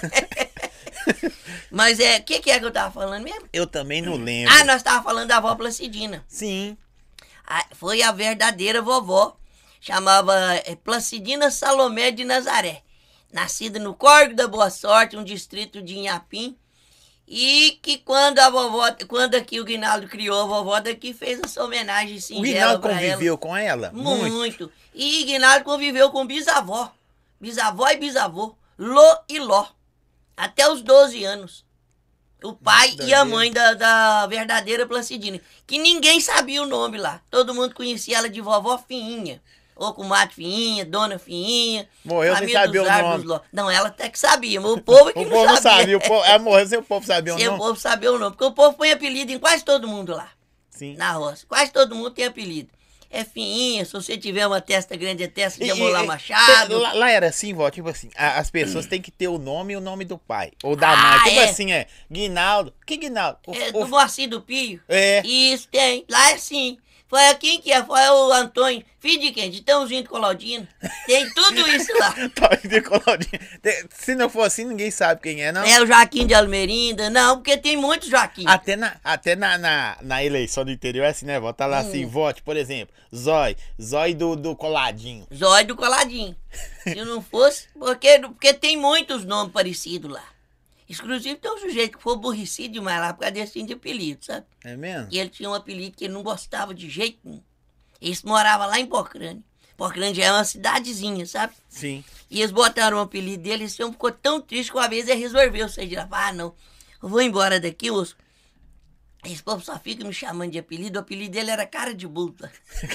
Mas é, o que, que é que eu tava falando mesmo? Eu também não lembro. Ah, nós tava falando da avó Placidina. Sim. Ah, foi a verdadeira vovó. Chamava é, Placidina Salomé de Nazaré. Nascida no Córrego da Boa Sorte, um distrito de Inhapim. E que quando a vovó, quando aqui o Guinaldo criou a vovó daqui, fez essa homenagem singela. O Guinaldo conviveu ela. com ela? Muito. Muito. E Guinaldo conviveu com bisavó. Bisavó e bisavô. Lô e Ló. Até os doze anos. O pai Nossa, e a mãe da, da verdadeira Placidina. Que ninguém sabia o nome lá. Todo mundo conhecia ela de vovó Fiinha. Ou com Mato Fiinha, Dona Fiinha. Morreu sem saber o nome. Ló. Não, ela até que sabia, mas o povo é que o não povo sabia. sabia. O povo, ela morreu sem o povo saber o sem nome. Sem o povo saber o nome. Porque o povo põe apelido em quase todo mundo lá. Sim. Na roça. Quase todo mundo tem apelido. É Fiinha, se você tiver uma testa grande, é testa de Amolar Machado. Lá, lá era assim, vó, tipo assim, a, as pessoas têm que ter o nome e o nome do pai. Ou da ah, mãe. Tipo é. assim, é, Guinaldo. Que Guinaldo? O, é, o... do Moacir do Pio? É. Isso, tem. Lá é assim. Foi quem que é? Foi o Antônio. Filho de quem? De Tãozinho de Colaudino. Tem tudo isso lá. Tãozinho de Colaudino. Se não for assim, ninguém sabe quem é, não? É o Joaquim de Almerinda. Não, porque tem muitos Joaquim. Até na, até na, na, na eleição do interior é assim, né, vó? Tá lá hum. assim, vote, por exemplo, Zói. Zói do, do Coladinho. Zói do Coladinho. Se não fosse, porque, porque tem muitos nomes parecidos lá. Inclusive tem um sujeito que foi aborrecido demais lá por causa desse de apelido, sabe? É mesmo? E ele tinha um apelido que ele não gostava de jeito nenhum. Eles moravam lá em Pocrane. Pocrane já é uma cidadezinha, sabe? Sim. E eles botaram o apelido dele e esse homem ficou tão triste que uma vez ele resolveu sair de lá. Ah, não, eu vou embora daqui, moço. Esse povo só fica me chamando de apelido. O apelido dele era Cara de Bunda.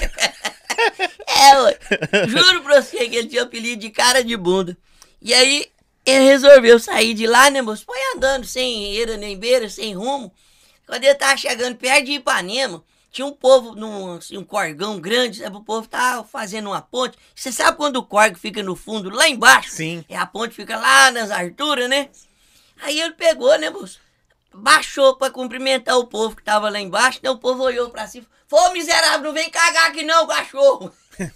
É, ué. Juro pra você que ele tinha apelido de Cara de Bunda. E aí ele resolveu sair de lá, né, moço? Foi andando sem eira nem beira, sem rumo. Quando ele tava chegando perto de Ipanema, tinha um povo, num, assim, um corgão grande, sabe? O povo tava fazendo uma ponte. Você sabe quando o corgo fica no fundo, lá embaixo? Sim. E a ponte fica lá nas alturas, né? Aí ele pegou, né, moço? Baixou pra cumprimentar o povo que tava lá embaixo. Então o povo olhou pra cima. Ô, miserável, não vem cagar aqui não, cachorro.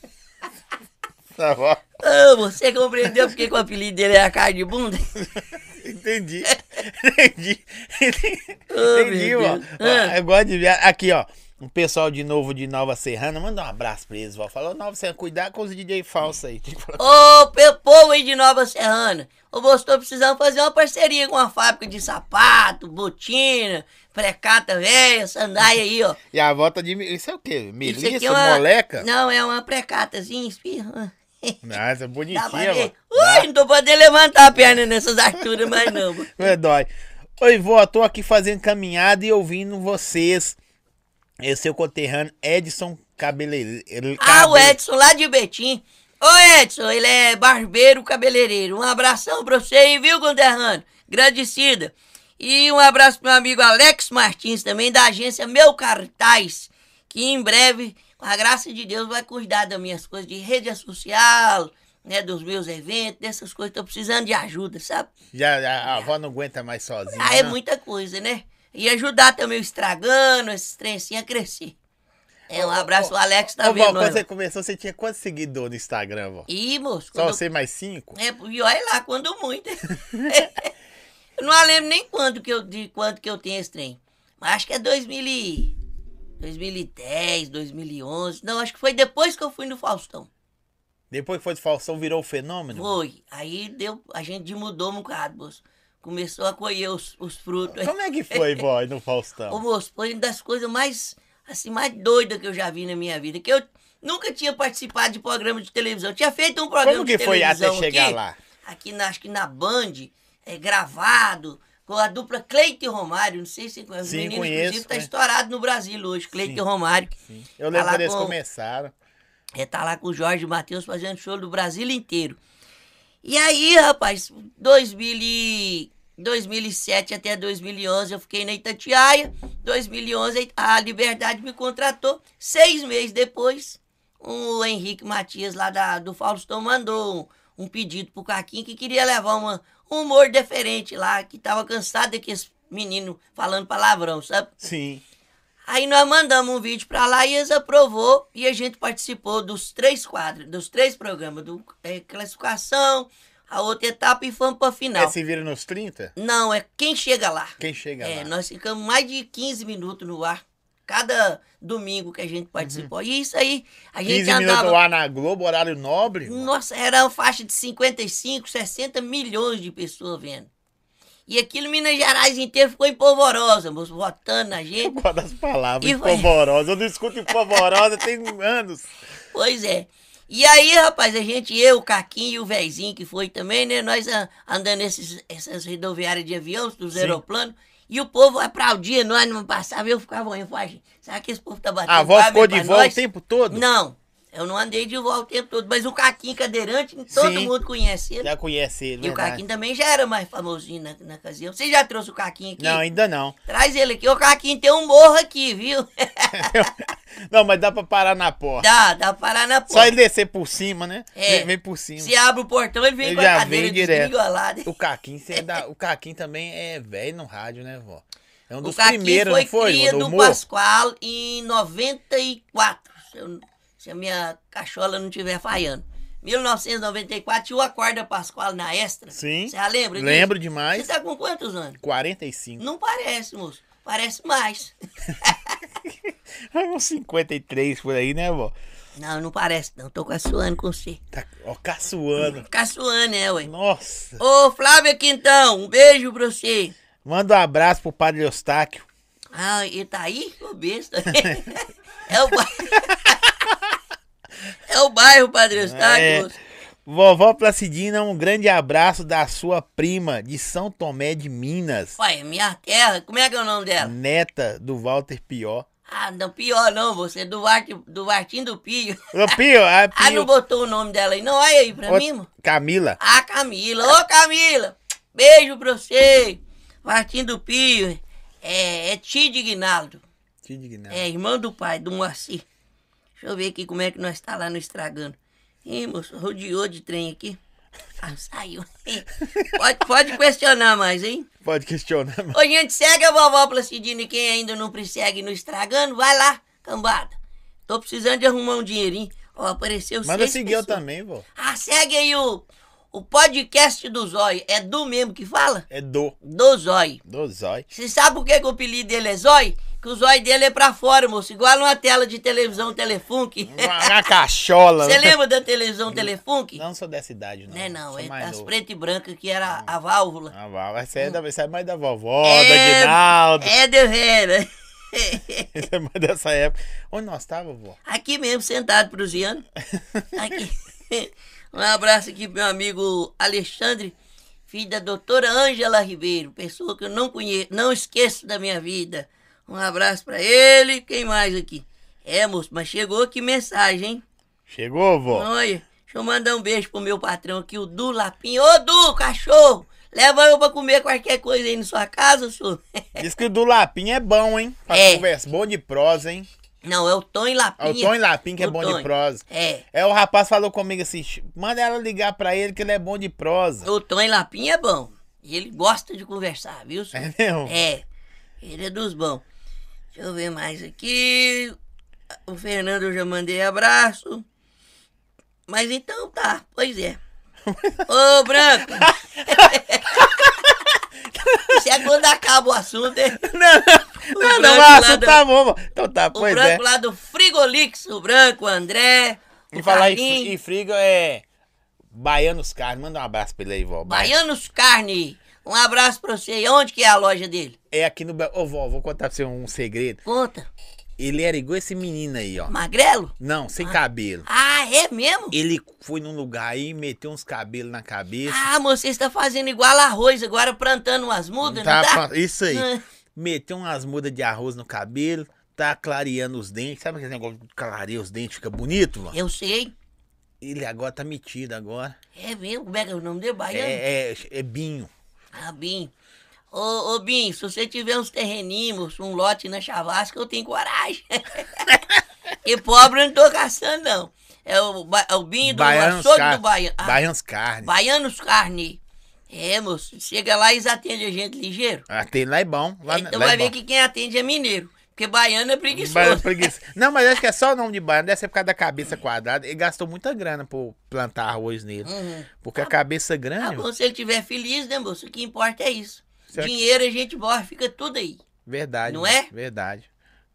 Tá bom. Oh, você compreendeu porque que o apelido dele é a Cara de Bunda? Entendi. Entendi. Oh, Entendi, ó. Ah. Eu gosto de ver. Aqui, ó. Um pessoal de novo de Nova Serrana. Manda um abraço pra eles, vó. Falou, Nova Serrana, cuidar com os D J falsos aí. Ô, oh, povo aí de Nova Serrana. Ô, você tô precisando fazer uma parceria com uma fábrica de sapato, botina, precata velha, sandália aí, ó. E a volta de... Isso é o quê? Isso Melissa, aqui é uma... moleca? Não, é uma precatazinha, espirra. Nossa, bonitinha, Dá pra ver? vó. Ui, não tô podendo levantar a perna nessas alturas mais não. Vô. É dói. Oi, vó, tô aqui fazendo caminhada e ouvindo vocês. É seu conterrâneo Edson Cabeleireiro. Ah, o Edson lá de Betim. Ô Edson, ele é barbeiro cabeleireiro. Um abração pra você aí, viu, conterrâneo? Agradecida. E um abraço pro meu amigo Alex Martins, também da agência Meu Cartaz, que em breve, com a graça de Deus, vai cuidar das minhas coisas de rede social, né, dos meus eventos, dessas coisas. Tô precisando de ajuda, sabe? Já, já a avó não aguenta mais sozinha. Ah, é não? muita coisa, né? E ajudar também o estragando, esses trencinhos a crescer. É, um abraço, o Alex tá Ô, vendo vó, nós quando você lá. começou, você tinha quantos seguidores no Instagram, vó? Ih, moço, Só quando você mais cinco? eu... É, e olha lá, quando muito. Eu não lembro nem quando que eu, de quanto que eu tenho esse trem. Mas acho que é dois mil e... dois mil e dez, dois mil e onze. Não, acho que foi depois que eu fui no Faustão. Depois que foi de Faustão, virou um fenômeno? Foi. Aí deu, a gente mudou um bocado, moço. Começou a colher os, os frutos. Como é que foi, vó, no Ô, Faustão? moço, foi uma das coisas mais, assim, mais doidas que eu já vi na minha vida. Que eu nunca tinha participado de programa de televisão. Eu tinha feito um programa Como de que foi televisão até chegar aqui, lá? Aqui, na, acho que na Band, é, gravado, com a dupla Cleito e Romário. Não sei se você conhece. Sim, o menino, conheço, inclusive, tá conheço. estourado no Brasil hoje, Cleito Sim. e Romário. Sim. Eu lembro Tá lá quando eles com- começaram. É, tá lá com o Jorge Matheus fazendo show do Brasil inteiro. E aí, rapaz, dois mil e... dois mil e sete até dois mil e onze eu fiquei na Itatiaia. dois mil e onze a Liberdade me contratou. Seis meses depois, o Henrique Matias lá da, do Faustão mandou um, um pedido pro Caquinho que queria levar uma, um humor diferente lá, que tava cansado daqueles meninos falando palavrão, sabe? Sim. Aí nós mandamos um vídeo pra lá e eles aprovou e a gente participou dos três quadros, dos três programas, do é, classificação, a outra etapa e fomos pra final. É, se vira nos trinta? Não, é quem chega lá. Quem chega É, lá? nós ficamos mais de quinze minutos no ar, cada domingo que a gente participou. E isso aí, a gente quinze minutos andava... no ar na Globo, horário nobre? Nossa, era uma faixa de cinquenta e cinco, sessenta milhões de pessoas vendo. E aquilo Minas Gerais inteiro ficou em polvorosa, moço, votando na gente. Eu gosto das palavras, E foi- empolvorosa. Eu não escuto empolvorosa tem anos. Pois é. E aí, rapaz, a gente, eu, o Caquinho e o Vezinho, que foi também, né? Nós ah, andando nesses, essas rodoviárias de avião, dos Sim. aeroplanos, e o povo aplaudia, nós não passava, eu ficava olhando, falei, será que esse povo tá batendo A avó palma ficou pra de volta nós? o tempo todo? Não, eu não andei de volta o tempo todo, mas o Caquinho cadeirante, todo Sim. mundo conhece ele. Já conhece ele, E o verdade. Caquinho também já era mais famosinho na, na ocasião. Você já trouxe o Caquinho aqui? Não, ainda não. Traz ele aqui, o Caquinho tem um morro aqui, viu? Não, mas dá pra parar na porta. dá, dá pra parar na porta. Só ele descer por cima, né? É. Vem, vem por cima. Se abre o portão, ele vem Ele com a já cadeira vem direto. desgringolada. O Caquinho, cê é da- o Caquinho também é velho no rádio, né, vó? É um O dos Caquinho primeiros, foi não foi, cria vó, do do humor? Pascoal em noventa e quatro, se, eu- se a minha cachola não estiver falhando. mil novecentos e noventa e quatro tinha o Acorda Pascoal na Extra. Sim. Você já lembra disso? Lembro demais. Você tá com quantos anos? quarenta e cinco. Não parece, moço. Parece mais. Uns cinquenta e três por aí, né, vó? Não, não parece não. Tô caçoando com você. Tá, ó, caçoando. Caçoando, é, ué. Nossa. Ô, Flávia Quintão, um beijo pra você. Manda um abraço pro Padre Eustáquio. Ah, ele tá aí? Ô, besta. É o bairro. É o bairro, Padre Eustáquio, É. moço. Vovó Placidina, um grande abraço da sua prima de São Tomé de Minas. Pai, é minha terra. Como é que é o nome dela? Neta do Walter Pior. Ah, não, pior não, você é do, Vart, do Vartim do Pio. Ô, Pio, a Ah, Pio. não botou o nome dela aí, não? Olha aí pra Ô, mim, mano. Camila. Ah, Camila. Ô, Camila. Beijo pra você. Vartim do Pio. É, é tio de Guinaldo. Te indignado. É irmão do pai, do Moacir. Deixa eu ver aqui como é que nós tá lá no Estragando. Ih, moço, rodeou de trem aqui. Ah, saiu. Pode, pode questionar mais, hein? Pode questionar. mas- Ô, gente, segue a vovó Placidina e quem ainda não segue no Estragando, vai lá, cambada. Tô precisando de arrumar um dinheirinho. Ó, apareceu Manda seis seguir eu pessoas. também, vó. Ah, segue aí o, o podcast do Zói. É do mesmo que fala? É do. Do Zói. Do Zói. Você sabe por que, que o apelido dele é Zói? que o zóio dele é pra fora, moço. Igual uma tela de televisão Telefunk. Uma cachola. Você lembra da televisão Telefunk? Não sou dessa idade, não. Não é não, Sou é mais as novo. preto e branca que era a válvula. Ah, vai, você é, da, você é mais da vovó, É, da Guinaldo. É de vera. Você é mais dessa época. Onde nós estávamos, vovó? Aqui mesmo, sentado prusiano. Aqui. Um abraço aqui pro meu amigo Alexandre, filho da doutora Ângela Ribeiro, pessoa que eu não conheço, não esqueço da minha vida. Um abraço pra ele. Quem mais aqui? É, moço, mas chegou aqui mensagem, hein? Chegou, vó? Olha, deixa eu mandar um beijo pro meu patrão aqui, o Du Lapinho. Ô, Du, cachorro! Leva eu pra comer qualquer coisa aí na sua casa, senhor. Diz que o do Lapim é bom, hein? Pra É. conversa. Bom de prosa, hein? Não, é o Tonho É Lapinha. o Tony Lapim que é O bom Tonho. de prosa. É, É, o rapaz falou comigo assim, manda ela ligar pra ele que ele é bom de prosa. o Tonho Lapinha é bom. E ele gosta de conversar, viu, senhor? É mesmo? É, ele é dos bons. Deixa eu ver mais aqui. O Fernando eu já mandei abraço. Mas então tá, pois é. Ô, Branco! Isso é quando acaba o assunto, hein? Não, O não, não, Branco mas lá assunto do- tá bom, vó. Então tá, O pois é. Branco lá do Frigolix, o Branco, o André, o E falar em, Carlinhos. fri- em frigo é Baianos Carne. Manda um abraço pra ele aí, vó. Ba- Baianos Carne. Um abraço pra você. E onde que é a loja dele? É aqui no... Ba- Ô, vó, vou contar pra você um segredo. Conta. Ele era igual esse menino aí, ó. Magrelo? Não, sem cabelo. Ah, é mesmo? Ele foi num lugar aí, meteu uns cabelos na cabeça. Ah, você está fazendo igual arroz agora, plantando umas mudas, não tá? pronto, isso aí. Ah. Meteu umas mudas de arroz no cabelo, tá clareando os dentes. Sabe aquele negócio de clarear os dentes, fica bonito, vó? Eu sei. Ele agora tá metido agora. É mesmo? Como é que é o nome dele? Baiano? É, é, é Binho. Ah, Bim. Ô, ô, Bim, se você tiver uns terreninhos, um lote na Chavasca, eu tenho coragem. E pobre eu não tô caçando, não. É o, ba- é o Bim do Baianos açougue Car- do Baiano. Ah, Baianos Carne. Baianos Carne. É, moço. Chega lá e eles atendem a gente ligeiro. Ah, tem lá é bom. Lá, Então lá vai é ver bom. que quem atende é mineiro. Porque baiano é preguiçoso. Baiano preguiça. Não, mas acho que é só o nome de baiano. Deve ser por causa da cabeça quadrada. Ele gastou muita grana por plantar arroz nele. Uhum. Porque a cabeça Tá grande. bom, se ele estiver feliz, né, moço? O que importa é isso. Certo. Dinheiro a gente morre, fica tudo aí. Verdade. Não é? Verdade.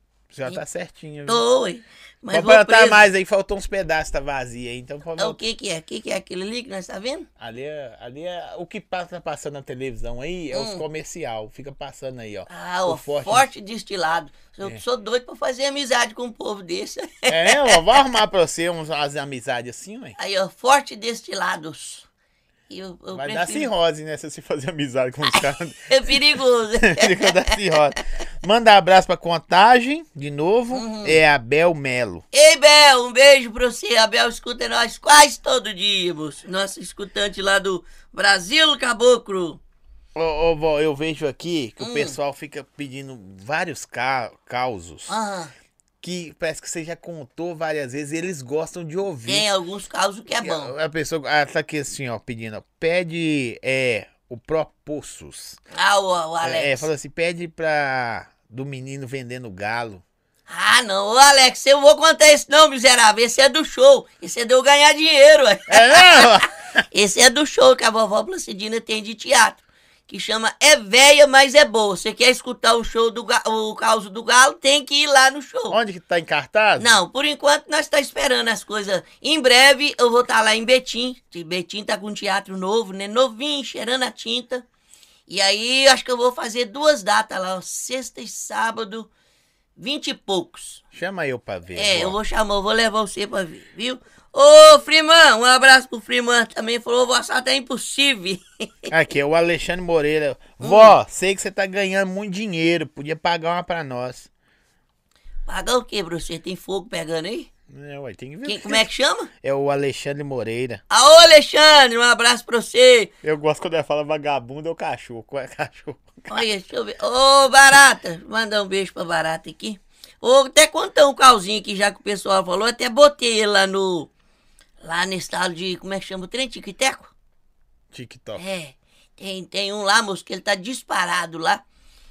Já tá certinho. viu? Tô, ué. Mas Pode vou plantar preso. mais aí, faltou uns pedaços, tá vazio aí. Então pode Ah, o voltar. que que é? O que que é aquilo ali que nós tá vendo? Ali é, ali é. O que passa passando na televisão aí é os Hum. comercial. Fica passando aí, ó. Ah, o, forte, forte. destilado. Eu É. sou doido pra fazer amizade com um povo desse. É, ó, vou arrumar pra você uns, umas amizades assim, ué. Aí, ó, forte destilados. E eu, eu Vai dar prefiro... cirrose, né? Se você fazer amizade com os caras. É perigoso. Fica da cirrose. Manda abraço pra Contagem, de novo. Uhum. É Abel Melo. Ei, Bel, um beijo pra você. A Bel escuta nós quase todo dia, moço. Nossa escutante lá do Brasil Caboclo. Ô, ô, vó, eu vejo aqui que Hum. o pessoal fica pedindo vários ca causos Ah, que parece que você já contou várias vezes e eles gostam de ouvir. tem alguns casos que é bom. A pessoa ah, tá aqui assim, ó, pedindo, ó, pede é, o Propossus. Ah, o, o Alex. É, falou assim, pede pra do menino vendendo galo. Ah, não. Ô, Alex, eu vou contar esse não, miserável. Esse é do show. Esse é de eu ganhar dinheiro, ué. É mesmo? Esse é do show que a vovó Placidina tem de teatro. Que chama É Véia, Mas É Boa. Você quer escutar o show do ga- o caos do galo, tem que ir lá no show. Onde que tá em cartaz? Não, por enquanto nós tá esperando as coisas. Em breve eu vou estar lá em Betim. Que Betim tá com um teatro novo, né? Novinho, cheirando a tinta. E aí acho que eu vou fazer duas datas lá, ó, sexta e sábado, vinte e poucos. Chama eu pra ver. É, vó. eu vou chamar, eu vou levar você pra ver, viu? Ô, Freeman, um abraço pro Freeman também. Falou, vossa tá impossível. Aqui, é o Alexandre Moreira. Hum. Vó, sei que você tá ganhando muito dinheiro. Podia pagar uma pra nós. Pagar o quê pra você? Tem fogo pegando aí? É, ué, tem que ver. Quem, como é que chama? É o Alexandre Moreira. Alô, Alexandre, um abraço pra você. Eu gosto quando ela fala vagabundo é o cachorro. Qual é cachorro? Olha, deixa eu ver. Ô, Barata, mandar um beijo pra Barata aqui. Ô, até contar um calzinho aqui, já que o pessoal falou, até botei ele lá no... Lá nesse tal de, como é que chama o trem? Tico e Teco? TikTok. É, tem, tem um lá, moço, que ele tá disparado lá.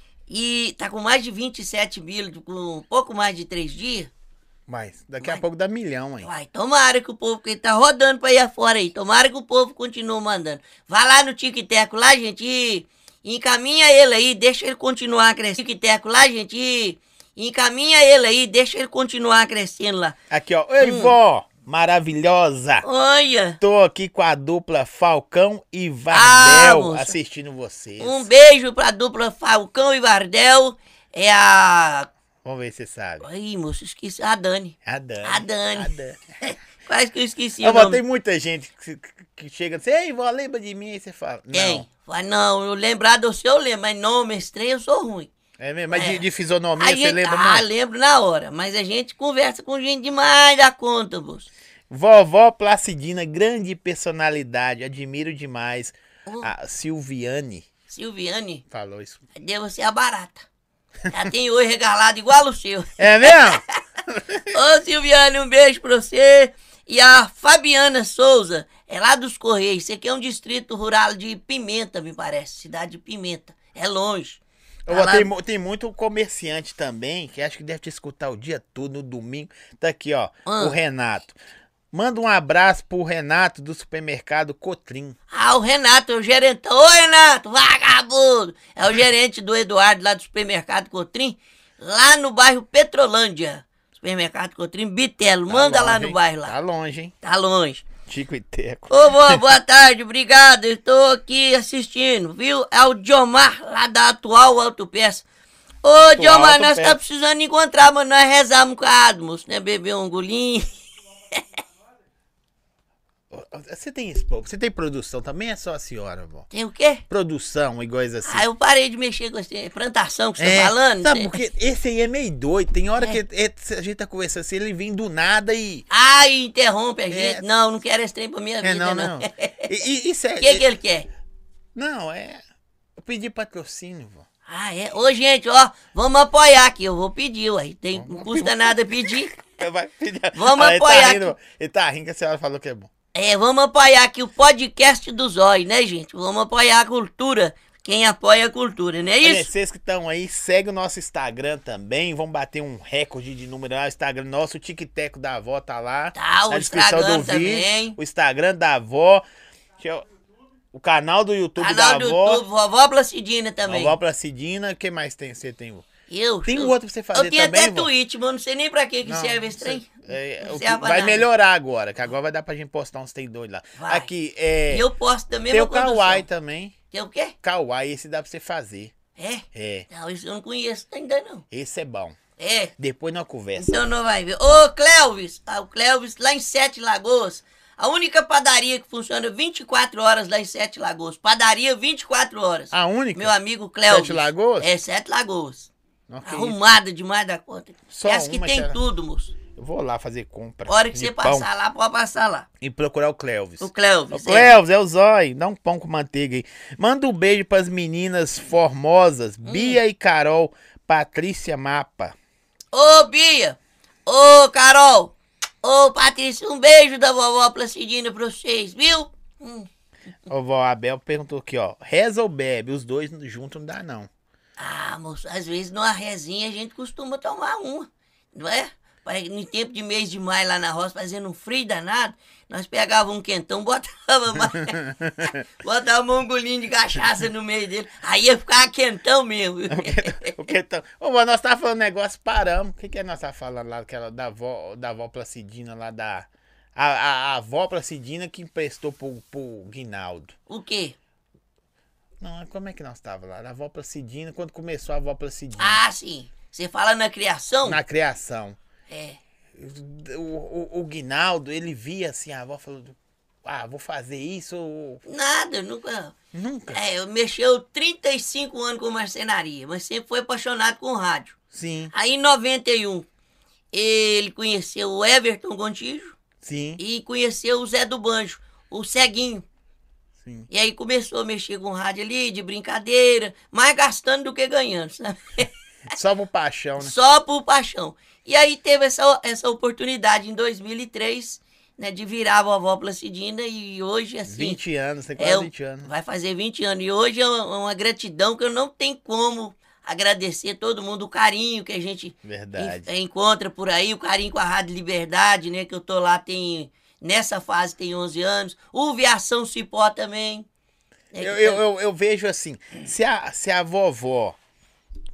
E tá com mais de vinte e sete mil, com um pouco mais de três dias. Mas daqui a Vai. pouco dá milhão, hein? Uai, tomara que o povo, que ele tá rodando pra ir afora aí, tomara que o povo continue mandando. Vai lá no Tico e Teco lá, gente, e encaminha ele aí, deixa ele continuar crescendo. Tico e Teco lá, gente, e Encaminha ele aí, deixa ele continuar crescendo lá. Aqui, ó. Oi, Hum. vó, maravilhosa. Olha, Tô aqui com a dupla Falcão e Ah, Vardel moça. assistindo vocês. um beijo pra dupla Falcão e Vardel. É a... Vamos ver se você sabe. Ai, moço, esqueci. A Dani. A Dani. A Dani. A Dani. Quase que eu esqueci Ó, o vó, nome. tem muita gente que, que chega assim, ei, vó, lembra de mim? Aí você fala, Quem? não. Fala, não, eu lembrar do seu eu lembro, mas nome estranho eu sou ruim. É mesmo? Mas É. de, de fisionomia A você gente- lembra ah, muito? lembro na hora, mas a gente conversa com gente demais da conta, moço. Vovó Placidina, grande personalidade, admiro demais. Hum. A Silviane Silviane, falou isso. cadê você a barata? Já tem oi regalado igual o seu. É mesmo? Ô Silviane, um beijo pra você. E a Fabiana Souza, é lá dos Correios. Isso aqui é um distrito rural de Pimenta, me parece. Cidade de Pimenta. É longe. Tá Ó, lá- tem, mu- tem muito comerciante também, que acho que deve te escutar o dia todo, no domingo. Tá aqui, ó, Ah. o Renato. Manda um abraço pro Renato do supermercado Cotrim. Ah, o Renato, é o gerente. Ô, Renato, vagabundo! É o gerente do Eduardo lá do supermercado Cotrim, lá no bairro Petrolândia. Supermercado Cotrim, Bitelo. Tá Manda lá longe, no hein? bairro Tá lá. longe, hein? Tá longe. Tico e Teco. Ô, boa, boa tarde, obrigado. Estou aqui assistindo, viu? É o Diomar, lá da Atual Autopeça. Ô, Diomar, nós Autopeça. tá precisando encontrar, mas nós rezamos um bocado, moço, né? Beber um golinho. Você tem, expo- você tem produção também? É só a senhora, vó? Tem o quê? Produção e coisa assim. Ah, eu parei de mexer com essa plantação que você É, tá falando. sabe, né? porque esse aí é meio doido. Tem hora É. que é, a gente tá conversando assim, ele vem do nada e. Ai, interrompe a É. gente. Não, não quero esse trem pra minha É, vida, não, não. não. E, e- isso é. O que, que ele quer? Não, é. Eu pedi patrocínio, vó. Ah, é? Ô, gente, ó, vamos apoiar aqui. Eu vou pedir, ué. Tem, não custa nada pedir. Vai pedir. Vamos Ah, ele apoiar Tá rindo, aqui. vó. Ele tá rindo que a senhora falou que é bom. É, vamos apoiar aqui o podcast do Zói, né, gente? Vamos apoiar a cultura. Quem apoia a cultura, não é Olha, isso? vocês que estão aí, segue o nosso Instagram também. Vamos bater um recorde de número lá. O Instagram nosso, o Tic-Teco da avó tá lá. Tá, o na descrição Instagram do vídeo. também. O Instagram da avó. Deixa eu- O canal do YouTube Canal da do avó. YouTube, Vovó Placidina também. Vovó Placidina. O que mais tem? Você tem? Eu, Tem eu- outro pra você fazer Eu tenho também, até vó? Twitch, mas eu não sei nem pra que, que Não, serve esse trem. É, Não o que serve pra vai nada. melhorar agora, que agora vai dar pra gente postar uns tem dois lá. Vai. Aqui, é. E eu posto da Tem mesma o Kawaii condução. também. Tem o quê? Kawaii, esse dá pra você fazer. É? É. Não, isso eu não conheço ainda não. Esse é bom. É. Depois nós conversa. Então não vai ver. Ô, Clelvis, ah, o Clelvis lá em Sete Lagoas, a única padaria que funciona vinte e quatro horas lá em Sete Lagoas. Padaria vinte e quatro horas. A única? Meu amigo Clelvis. Sete Lagoas? É, Sete Lagoas. Não, que isso. Arrumada demais da conta. Só Essa que uma, tem será? tudo, moço. Eu vou lá fazer compra. A hora que de você pão passar lá, pode passar lá. E procurar o Clelvis. O Clelvis. Ô, Clelvis, é o Zói. Dá um pão com manteiga aí. Manda um beijo pras meninas formosas, Hum. Bia e Carol, Patrícia Mapa. Ô, Bia! Ô, Carol! Ô, Patrícia, um beijo da vovó Placidina pra vocês, viu? Hum. Ô, vó, a Bel perguntou aqui, ó. Reza ou bebe? Os dois juntos não dá, não. Ah, moço, às vezes numa resinha a gente costuma tomar uma, não é? Pai, no tempo de mês de maio lá na roça, fazendo um frio danado, nós pegávamos um quentão, botava, mais- botava um golinho de cachaça no meio dele, aí ia ficar quentão mesmo. O que tá... Ô, vó, nós tava falando negócio, paramos. O que que é nós tava falando lá, aquela da avó, da avó Placidina lá da... A, a, a avó Placidina que emprestou pro, pro Guinaldo. O quê? Não, como é que nós tava lá? Da avó Placidina, quando começou a avó Placidina. Ah, sim. Você fala na criação? Na criação. É. O, o, o Guinaldo, ele via assim, a avó falou, ah, vou fazer isso. ou- Nada, eu nunca... Nunca. É, eu mexeu trinta e cinco anos com marcenaria, mas sempre foi apaixonado com rádio. Sim, Aí em noventa e um, ele conheceu o Everton Gontijo sim, e conheceu o Zé do Banjo, o Ceguinho. sim. E aí começou a mexer com rádio ali, de brincadeira, mais gastando do que ganhando, sabe? Só por paixão, né? Só por paixão. E aí teve essa, essa oportunidade em dois mil e três, né, de virar a vovó Placidina e hoje, assim... vinte anos, tem é, quase vinte anos. Vai fazer vinte anos. E hoje é uma, uma gratidão que eu não tenho como agradecer todo mundo, o carinho que a gente Verdade. en- encontra por aí, o carinho com a Rádio Liberdade, né, que eu tô lá tem... Nessa fase tem onze anos. O Viação Cipó também. né, Eu, que eu, tá- eu, eu vejo assim, se a, se a vovó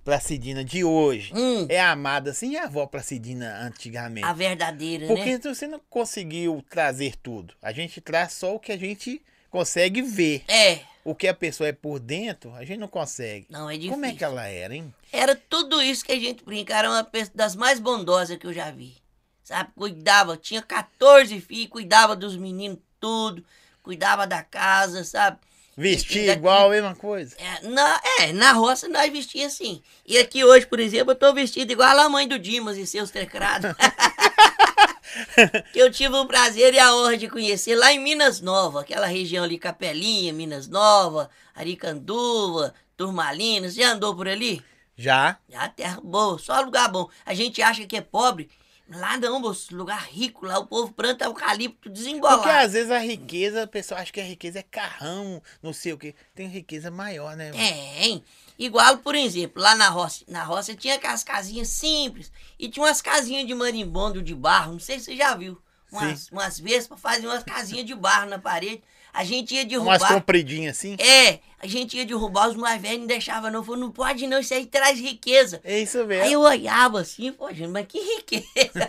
Placidina de hoje Hum. é amada assim e a avó Placidina antigamente? A verdadeira, Porque né? você não conseguiu trazer tudo. A gente traz só o que a gente consegue ver. É. O que a pessoa é por dentro, a gente não consegue. Não, é Como é que difícil. ela era, hein? Era tudo isso que a gente brinca. Era uma pessoa das mais bondosas que eu já vi. Sabe? Cuidava. Tinha quatorze filhos, cuidava dos meninos tudo. Cuidava da casa, sabe? Vestir Daqui- igual, a mesma coisa. É na, é, na roça nós vestia assim. E aqui hoje, por exemplo, eu tô vestido igual a mãe do Dimas e seus tecrados. Que eu tive o prazer e a honra de conhecer lá em Minas Nova, aquela região ali, Capelinha, Minas Nova, Aricanduva, Turmalina. Você já andou por ali? Já? Já terra boa, só lugar bom. A gente acha que é pobre. Lá não, moço, lugar rico, lá o povo planta eucalipto desembolado. Porque às vezes a riqueza, a pessoa acha que a riqueza é carrão, não sei o quê. Tem riqueza maior, né? Tem. Igual, por exemplo, lá na roça, na roça tinha aquelas casinhas simples e tinha umas casinhas de marimbondo de barro, não sei se você já viu. Umas, umas vespas faziam umas casinhas de barro na parede. A gente ia derrubar. Umas compridinhas assim. É, a gente ia derrubar, os mais velhos não deixavam não. Falou, não pode não, isso aí traz riqueza. É isso mesmo. Aí eu olhava assim, pô, gente, mas que riqueza.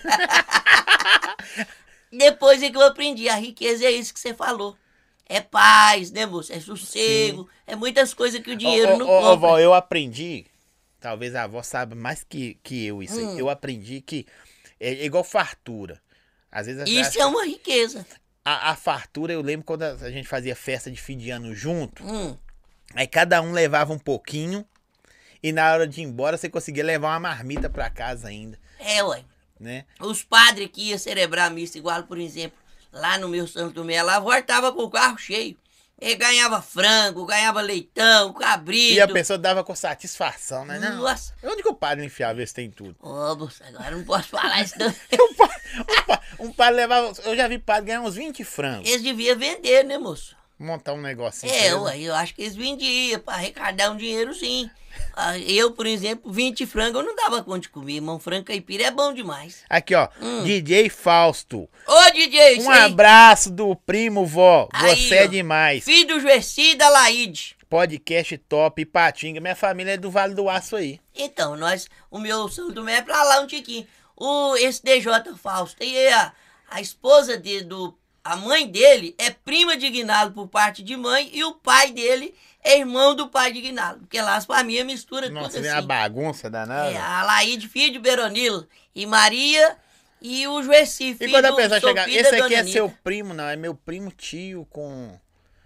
Depois é que eu aprendi, a riqueza é isso que você falou. É paz, né, moço? É sossego, Sim. é muitas coisas que o dinheiro Ô, ô, não ô, compra. vó, eu aprendi, talvez a avó saiba mais que, que eu isso aí. Hum. Eu aprendi que é igual fartura. Às vezes Isso acha- é uma riqueza. a, a fartura, eu lembro quando a, a gente fazia festa de fim de ano junto, Hum. aí cada um levava um pouquinho e na hora de ir embora você conseguia levar uma marmita pra casa ainda, É, ué. né? Os padres que iam celebrar a missa, igual, por exemplo, lá no meu Santo Tomé, lá voltava com o carro cheio. Ele ganhava frango, ganhava leitão, cabrito. E a pessoa dava com satisfação, né? Não, Nossa. onde que o padre enfiava esse tem tudo? Ô, moço, agora não posso falar isso não. Um padre, um pa- um padre levava, eu já vi padre ganhar uns vinte frangos, Eles deviam vender, né, moço? montar um negocinho. É, pra ele. ué, eu acho que eles vendiam pra arrecadar um dinheiro, sim. Ah, eu, por exemplo, vinte frangos eu não dava conta de comer, mas um frango caipira é bom demais. Aqui, ó, D J Fausto. Ô, D J, isso Um aí. abraço do primo, vó. Aí, Você é ó. demais. Filho do Juessi e da Laide. Podcast top, Ipatinga. Minha família é do Vale do Aço aí. Então, nós, o meu São Tomé é pra lá um tiquinho. O, esse D J Fausto, e a, a esposa dele, do, a mãe dele é prima de Guinaldo por parte de mãe e o pai dele é irmão do pai de Guinaldo. Porque lá as famílias misturam Nossa, tudo vem assim. a bagunça danada. É, a Laíde, filho de Beronilo, e Maria, e o Juessi, filho E quando a do pessoa chegar, Sofia esse da aqui Dona é Anitta. seu primo, não, é meu primo tio com...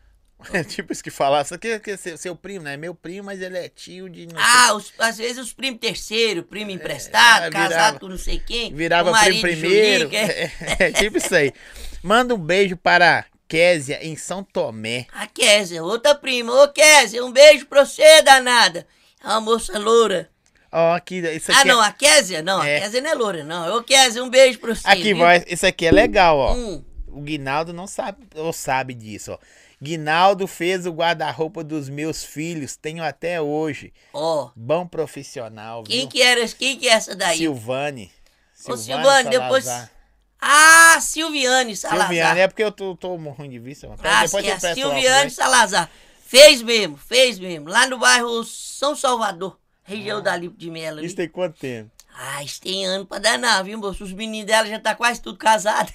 É tipo isso que falar, isso aqui é seu, seu primo, não é meu primo, mas ele é tio de... Não sei- Ah, os- às vezes os primos terceiro, primo emprestado, é, casado virava- com não sei quem. Virava o marido primo de primeiro. Julinho, que é- É, é tipo isso aí. Manda um beijo para Késia, em São Tomé. A Késia, outra prima. Ô, Késia, um beijo pra você, danada. É uma moça loura. Ó, aqui, isso Ah, aqui não, é... a Késia? Não, É. a Késia não é loura, não. Ô, Késia, um beijo pra você. Aqui, viu? vai, isso aqui é legal, ó. Hum. O Guinaldo não sabe, ou sabe disso, ó. Guinaldo fez o guarda-roupa dos meus filhos, tenho até hoje. Ó, Bom profissional, quem viu? que era, quem que é essa daí? Silvane. Ô, Silvane, depois... Salazar. Ah, Silviane Salazar. Silviane, é porque eu tô, tô ruim de vista. Mas Ah, depois sim, eu a peço Silviane óculos, né? Salazar. Fez mesmo, fez mesmo. Lá no bairro São Salvador, região da Lipo de Melo. ali. Isso tem quanto tempo? Ah, isso tem ano pra danar, viu, moço? Os meninos dela já tá quase tudo casado.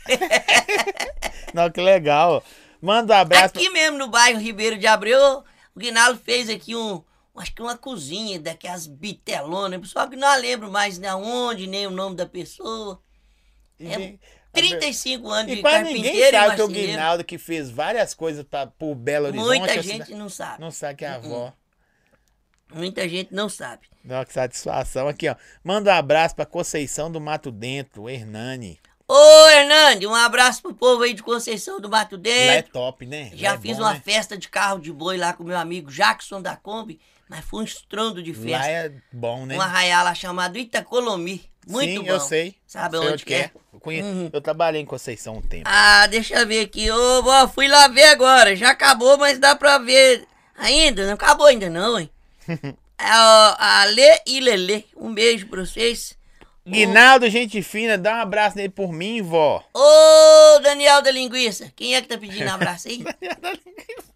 Não, que legal. Manda um abraço. Aqui mesmo no bairro Ribeiro de Abreu, o Guinaldo fez aqui um, acho que uma cozinha daquelas bitelonas, só que não lembro mais nem aonde, nem o nome da pessoa. E É vem- trinta e cinco anos E de quase ninguém carpinteiro e sabe que o marceneiro. Guinaldo que fez várias coisas pra, pro Belo Horizonte. Muita a gente cida- não sabe. não sabe que é a avó. Muita gente não sabe. Dá que satisfação. Aqui, ó. Manda um abraço pra Conceição do Mato Dentro, o Hernani. Ô, Hernande, um abraço pro povo aí de Conceição do Mato Lá é Dentro. top, né? Lá Já é fiz bom, uma né? festa de carro de boi lá com meu amigo Jackson da Kombi, mas foi um estrondo de festa. Lá é bom, né? Um arraial lá chamado Itacolomi. Muito Sim, bom. eu sei. Sabe Sei onde que é? Eu, conheço. Uhum. Eu trabalhei em Conceição um tempo. Ah, deixa eu ver aqui. Ô, vó, fui lá ver agora. Já acabou, mas dá pra ver ainda. Não acabou ainda não, hein? É, ó, a Lê e Lelê. Um beijo pra vocês. Guinaldo, gente fina, dá um abraço nele por mim, vó. Ô, Daniel da Linguiça. Quem é que tá pedindo abraço aí?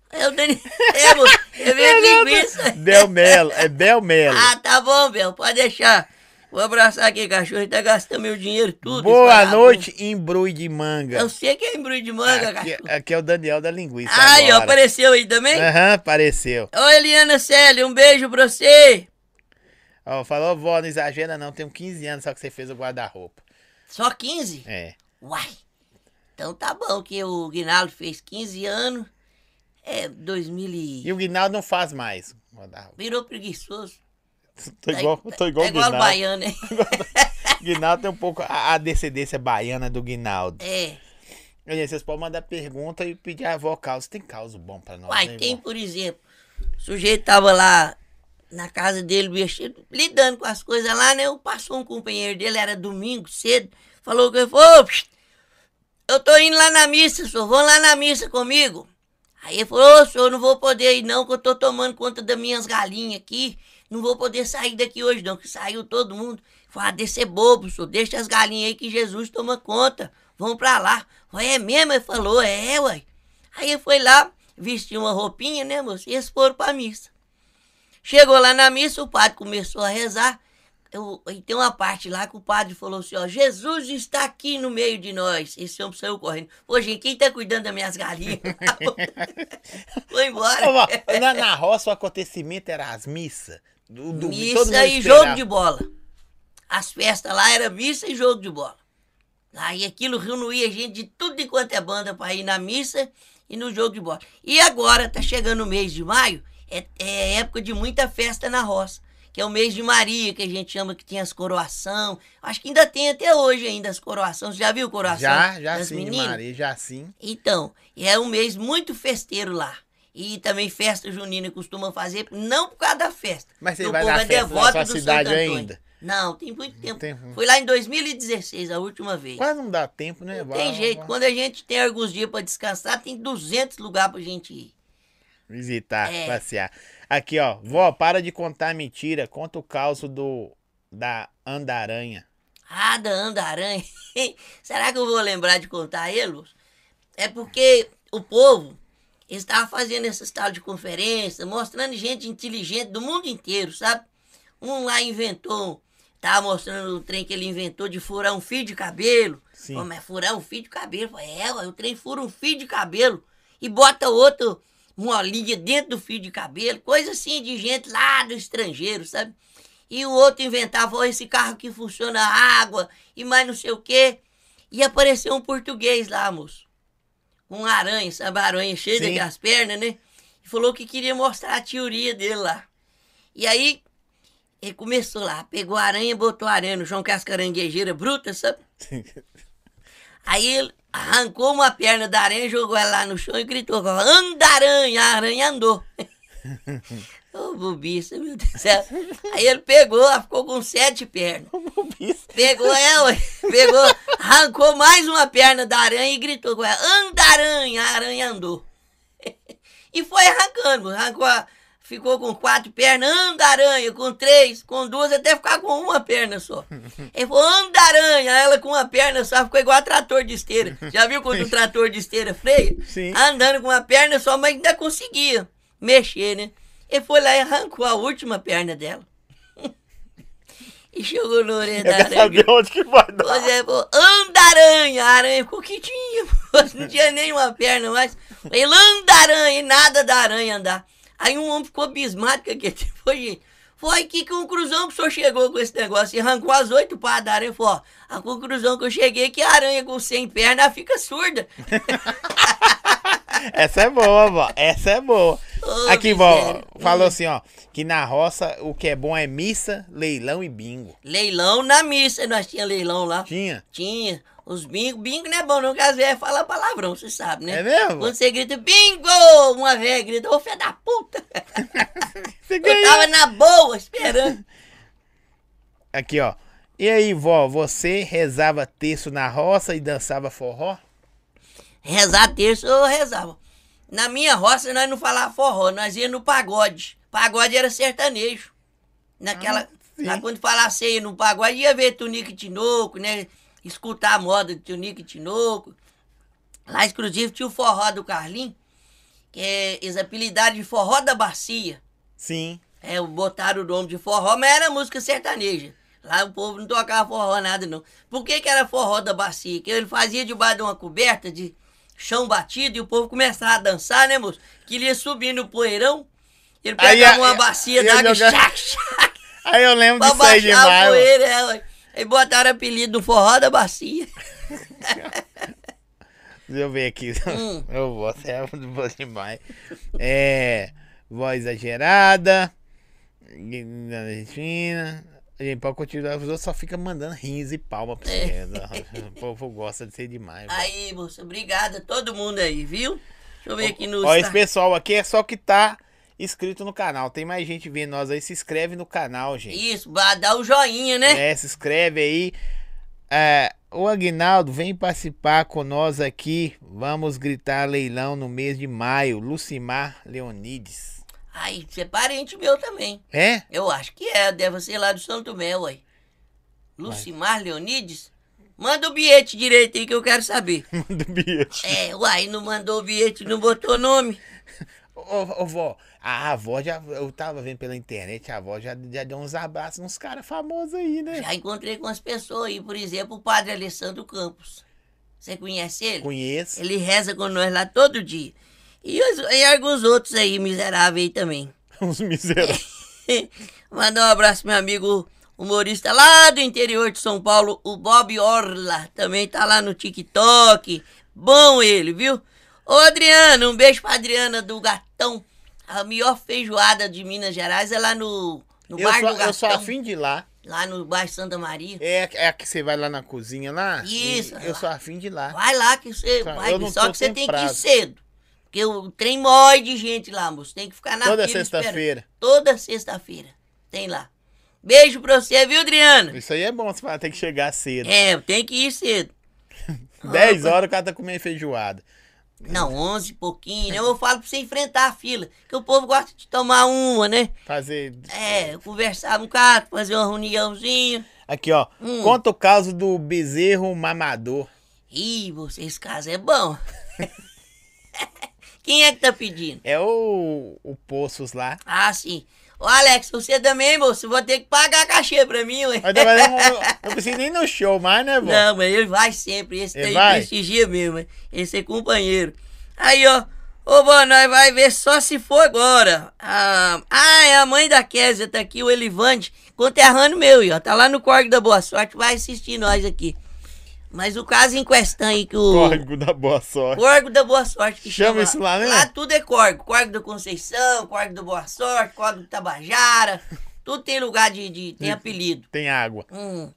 É o Daniel. É, moço. É mesmo linguiça. Belmelo, é Belmelo. Ah, tá bom, Bel. Pode deixar. Vou abraçar aqui, cachorro. Ele tá gastando meu dinheiro tudo. Boa noite, embrulho de manga. Eu sei que é embrulho de manga, Aqui, cachorro. aqui é o Daniel da linguiça. Aí, ó, agora. apareceu aí também? Aham, apareceu. Oi, Eliana Célia, um beijo pra você. Ó, falou, vó, não exagera não, tenho quinze anos só que você fez o guarda-roupa. Só quinze? É. Uai. Então tá bom, que o Guinaldo fez quinze anos. É, dois mil e... E o Guinaldo não faz mais guarda-roupa. Virou preguiçoso. Tô igual, tô igual é o igual o Guinaldo. baiano, hein? Guinaldo tem um pouco a, a descendência baiana do Guinaldo. É. Olha, vocês podem mandar pergunta e pedir a avó causa. Tem causa bom pra nós, Uai, né, tem, vó? por exemplo, o sujeito tava lá na casa dele, mexendo, lidando com as coisas lá, né? Passou um companheiro dele, era domingo, cedo, falou que ele falou, "Ô, eu tô indo lá na missa, senhor, vão lá na missa comigo." Aí ele falou, ô, senhor, não vou poder ir não, que eu tô tomando conta das minhas galinhas aqui, não vou poder sair daqui hoje não, que saiu todo mundo. Falei, ah, deixa ser bobo, senhor, deixa as galinhas aí que Jesus toma conta, vão pra lá. Falei, é mesmo? Ele falou, é, uai. Aí ele foi lá, vestiu uma roupinha, né, moço, e eles foram pra missa. Chegou lá na missa, o padre começou a rezar, eu, e tem uma parte lá que o padre falou assim, ó, Jesus está aqui no meio de nós. Esse homem saiu correndo. Ô, gente, quem tá cuidando das minhas galinhas? Foi embora. Ô, vó, na, na roça o acontecimento era as missas. Do, do, todo Missa mundo e esperava. jogo de bola. As festas lá era missa e jogo de bola. Aí aquilo reunia gente de tudo enquanto é banda pra ir na missa e no jogo de bola. E agora, tá chegando o mês de maio, é, é época de muita festa na roça. Que é o mês de Maria, que a gente chama que tem as coroação. Acho que ainda tem até hoje ainda as coroação. Você já viu coroação Já, já das sim, meninas? Maria, já sim. Então, é um mês muito festeiro lá. E também festa junina costumam fazer, não por causa da festa. Mas você o vai povo na é festa da devoto sua do cidade Santo Antônio. ainda? Não, tem muito tempo. Tem- Foi lá em dois mil e dezesseis, a última vez. Quase não dá tempo, né, Não vó? tem jeito. Quando a gente tem alguns dias pra descansar, tem duzentos lugares pra gente ir. Visitar, É. passear. Aqui, ó. Vó, para de contar mentira. Conta o caos do da andaranha. Ah, da andaranha. Será que eu vou lembrar de contar ele, Lúcio? É porque o povo estava fazendo essas tal de conferência, mostrando gente inteligente do mundo inteiro, sabe? Um lá inventou, tava mostrando o trem que ele inventou de furar um fio de cabelo. Sim. Pô, mas furar um fio de cabelo? Eu falei, é, ué, o trem fura um fio de cabelo e bota outro molinha dentro do fio de cabelo, coisa assim de gente lá do estrangeiro, sabe? E o outro inventava, ó, esse carro que funciona a água e mais não sei o quê. E apareceu um português lá, moço. Um aranha, sabe? Aranha cheia Sim. das pernas, né? E falou que queria mostrar a teoria dele lá. E aí, ele começou lá, pegou a aranha, botou a aranha no chão, que é as caranguejeiras brutas, sabe? Aí ele arrancou uma perna da aranha, jogou ela lá no chão e gritou, anda aranha, a aranha andou. Ô, bobiça, meu Deus do céu. Aí ele pegou, ela ficou com sete pernas. Pegou ela, pegou, arrancou mais uma perna da aranha e gritou com ela, anda aranha, a aranha andou. E foi arrancando, arrancou, a- ficou com quatro pernas, anda aranha, com três, com duas, até ficar com uma perna só. Ele falou, anda aranha, ela com uma perna só, ficou igual a trator de esteira. Já viu quando o trator de esteira freia? Sim. Andando com uma perna só, mas ainda conseguia mexer, né? Ele foi lá e arrancou a última perna dela. E chegou na orelha Eu da quero aranha. saber onde que vai dar. Pois é, pô, anda aranha, a aranha ficou quietinha, pô, não tinha nenhuma perna mais. Ele anda aranha e nada da aranha andar. Aí um homem ficou abismado com aquele tipo, foi, gente, foi que conclusão que o senhor chegou com esse negócio? E arrancou as oito pás da aranha e falou, ó, a conclusão que eu cheguei é que a aranha com cem pernas fica surda. Essa é boa, vó. Essa é boa. Ô, Aqui, vó, miséria. falou assim, ó, que na roça o que é bom é missa, leilão e bingo. Leilão na missa, nós tinha leilão lá. Tinha? Tinha. Os bingo, bingo não é bom não, que as velhas falam palavrão, você sabe, né? É mesmo? Quando você grita bingo, uma velha grita, ô filha da puta. Você Eu ganhou. tava na boa, esperando. Aqui, ó. E aí, vó, você rezava terço na roça e dançava forró? Rezar terço, eu rezava. Na minha roça, nós não falava forró, nós ia no pagode. Pagode era sertanejo. Naquela, Ah, sim. lá quando falava ceia no pagode, ia ver Tunico e Tinoco, né? Escutar a moda de Tunico e Tinoco. Lá, inclusive, tinha o forró do Carlinho, que é, eles apelidaram de Forró da Bacia. Sim. É, botaram o nome de forró, mas era música sertaneja. Lá o povo não tocava forró nada, não. Por que que era Forró da Bacia? Que ele fazia debaixo de uma coberta de chão batido e o povo começava a dançar, né, moço? Que ele ia subir no poeirão, ele pegava Aí, uma aí, bacia aí, d'água e jogar- chac, chac, Aí eu lembro pra disso aí baixar a demais. mano. poeira. É, ué. Aí botaram o apelido do Forró da Bacia. Deixa eu ver aqui. Hum. Eu vou, você é muito bom demais. É. Voz exagerada. Argentina. A gente pode continuar, os outros só ficam mandando rins e palma pra você. O povo gosta de ser demais. velho. Aí, moça, obrigada a todo mundo aí, viu? Deixa eu ver aqui no... Ó, esse Insta- pessoal aqui é só que tá inscrito no canal. Tem mais gente vendo nós aí. Se inscreve no canal, gente. Isso, ba- dá o joinha, né? É, se inscreve aí. É, o Aguinaldo, vem participar com nós aqui. Vamos gritar leilão no mês de maio. Lucimar Leonides. Aí, você é parente meu também. É? Eu acho que é, deve ser lá do Santo Mel, ué. Lucimar Leonides? Manda o bilhete direito aí que eu quero saber. Manda o bilhete. É, uai, não mandou o bilhete, não botou nome. Ô, ô, vó, a avó já. Eu tava vendo pela internet, a avó já, já deu uns abraços nos caras famosos aí, né? Já encontrei com as pessoas aí, por exemplo, o padre Alessandro Campos. Você conhece ele? Conheço. Ele reza com nós lá todo dia. E, os- e alguns outros aí, miseráveis aí também. Uns miseráveis. Mandar um abraço pro meu amigo humorista lá do interior de São Paulo, o Bob Orla. Também tá lá no TikTok. Bom ele, viu? Ô Adriana, um beijo pra Adriana do Gatão. A melhor feijoada de Minas Gerais é lá no, no Eu bar sou, do Gatão. eu sou afim de ir lá. Lá no bairro Santa Maria. É, é a que você vai lá na cozinha lá? Isso, E eu lá. sou afim de ir lá. Vai lá que você Tá, vai. eu não Só tô que você sem tem que ir prazo. cedo. Porque o trem mói de gente lá, moço. Tem que ficar na Toda fila esperando. sexta-feira. Toda sexta-feira. Tem lá. Beijo pra você, viu, Adriana? Isso aí é bom, você fala, tem que chegar cedo. É, tem que ir cedo. dez horas o cara tá comendo feijoada. Não, onze e pouquinho, né? Eu falo pra você enfrentar a fila. Que o povo gosta de tomar uma, né? Fazer. É, conversar um bocado, fazer uma reuniãozinha. Aqui, ó. Hum. Conta o caso do bezerro mamador. Ih, você, esse caso é bom. Quem é que tá pedindo? É o, o Poços lá. Ah, sim. Ô, Alex, você também, moço, vou ter que pagar cachê pra mim, ué. Mas também não, não precisa nem no show mais, né, vô? Não, mas ele vai sempre, esse Ele daí vai? prestigia mesmo, esse é companheiro. Aí, ó, ô, vô, nós vai ver só se for agora. Ah, ah, é a mãe da Kézia, tá aqui, o Elivande, conterrâneo meu, ó, tá lá no Córrego da Boa Sorte, vai assistir nós aqui. Mas o caso em questão aí que o... Córrego da boa sorte. Córrego da Boa Sorte que Chama chama. isso lá, né? Lá tudo é córrego. Córrego da Conceição, Córrego da Boa Sorte, Córrego do Tabajara. Tudo tem lugar de... de tem apelido. Tem água. Hum.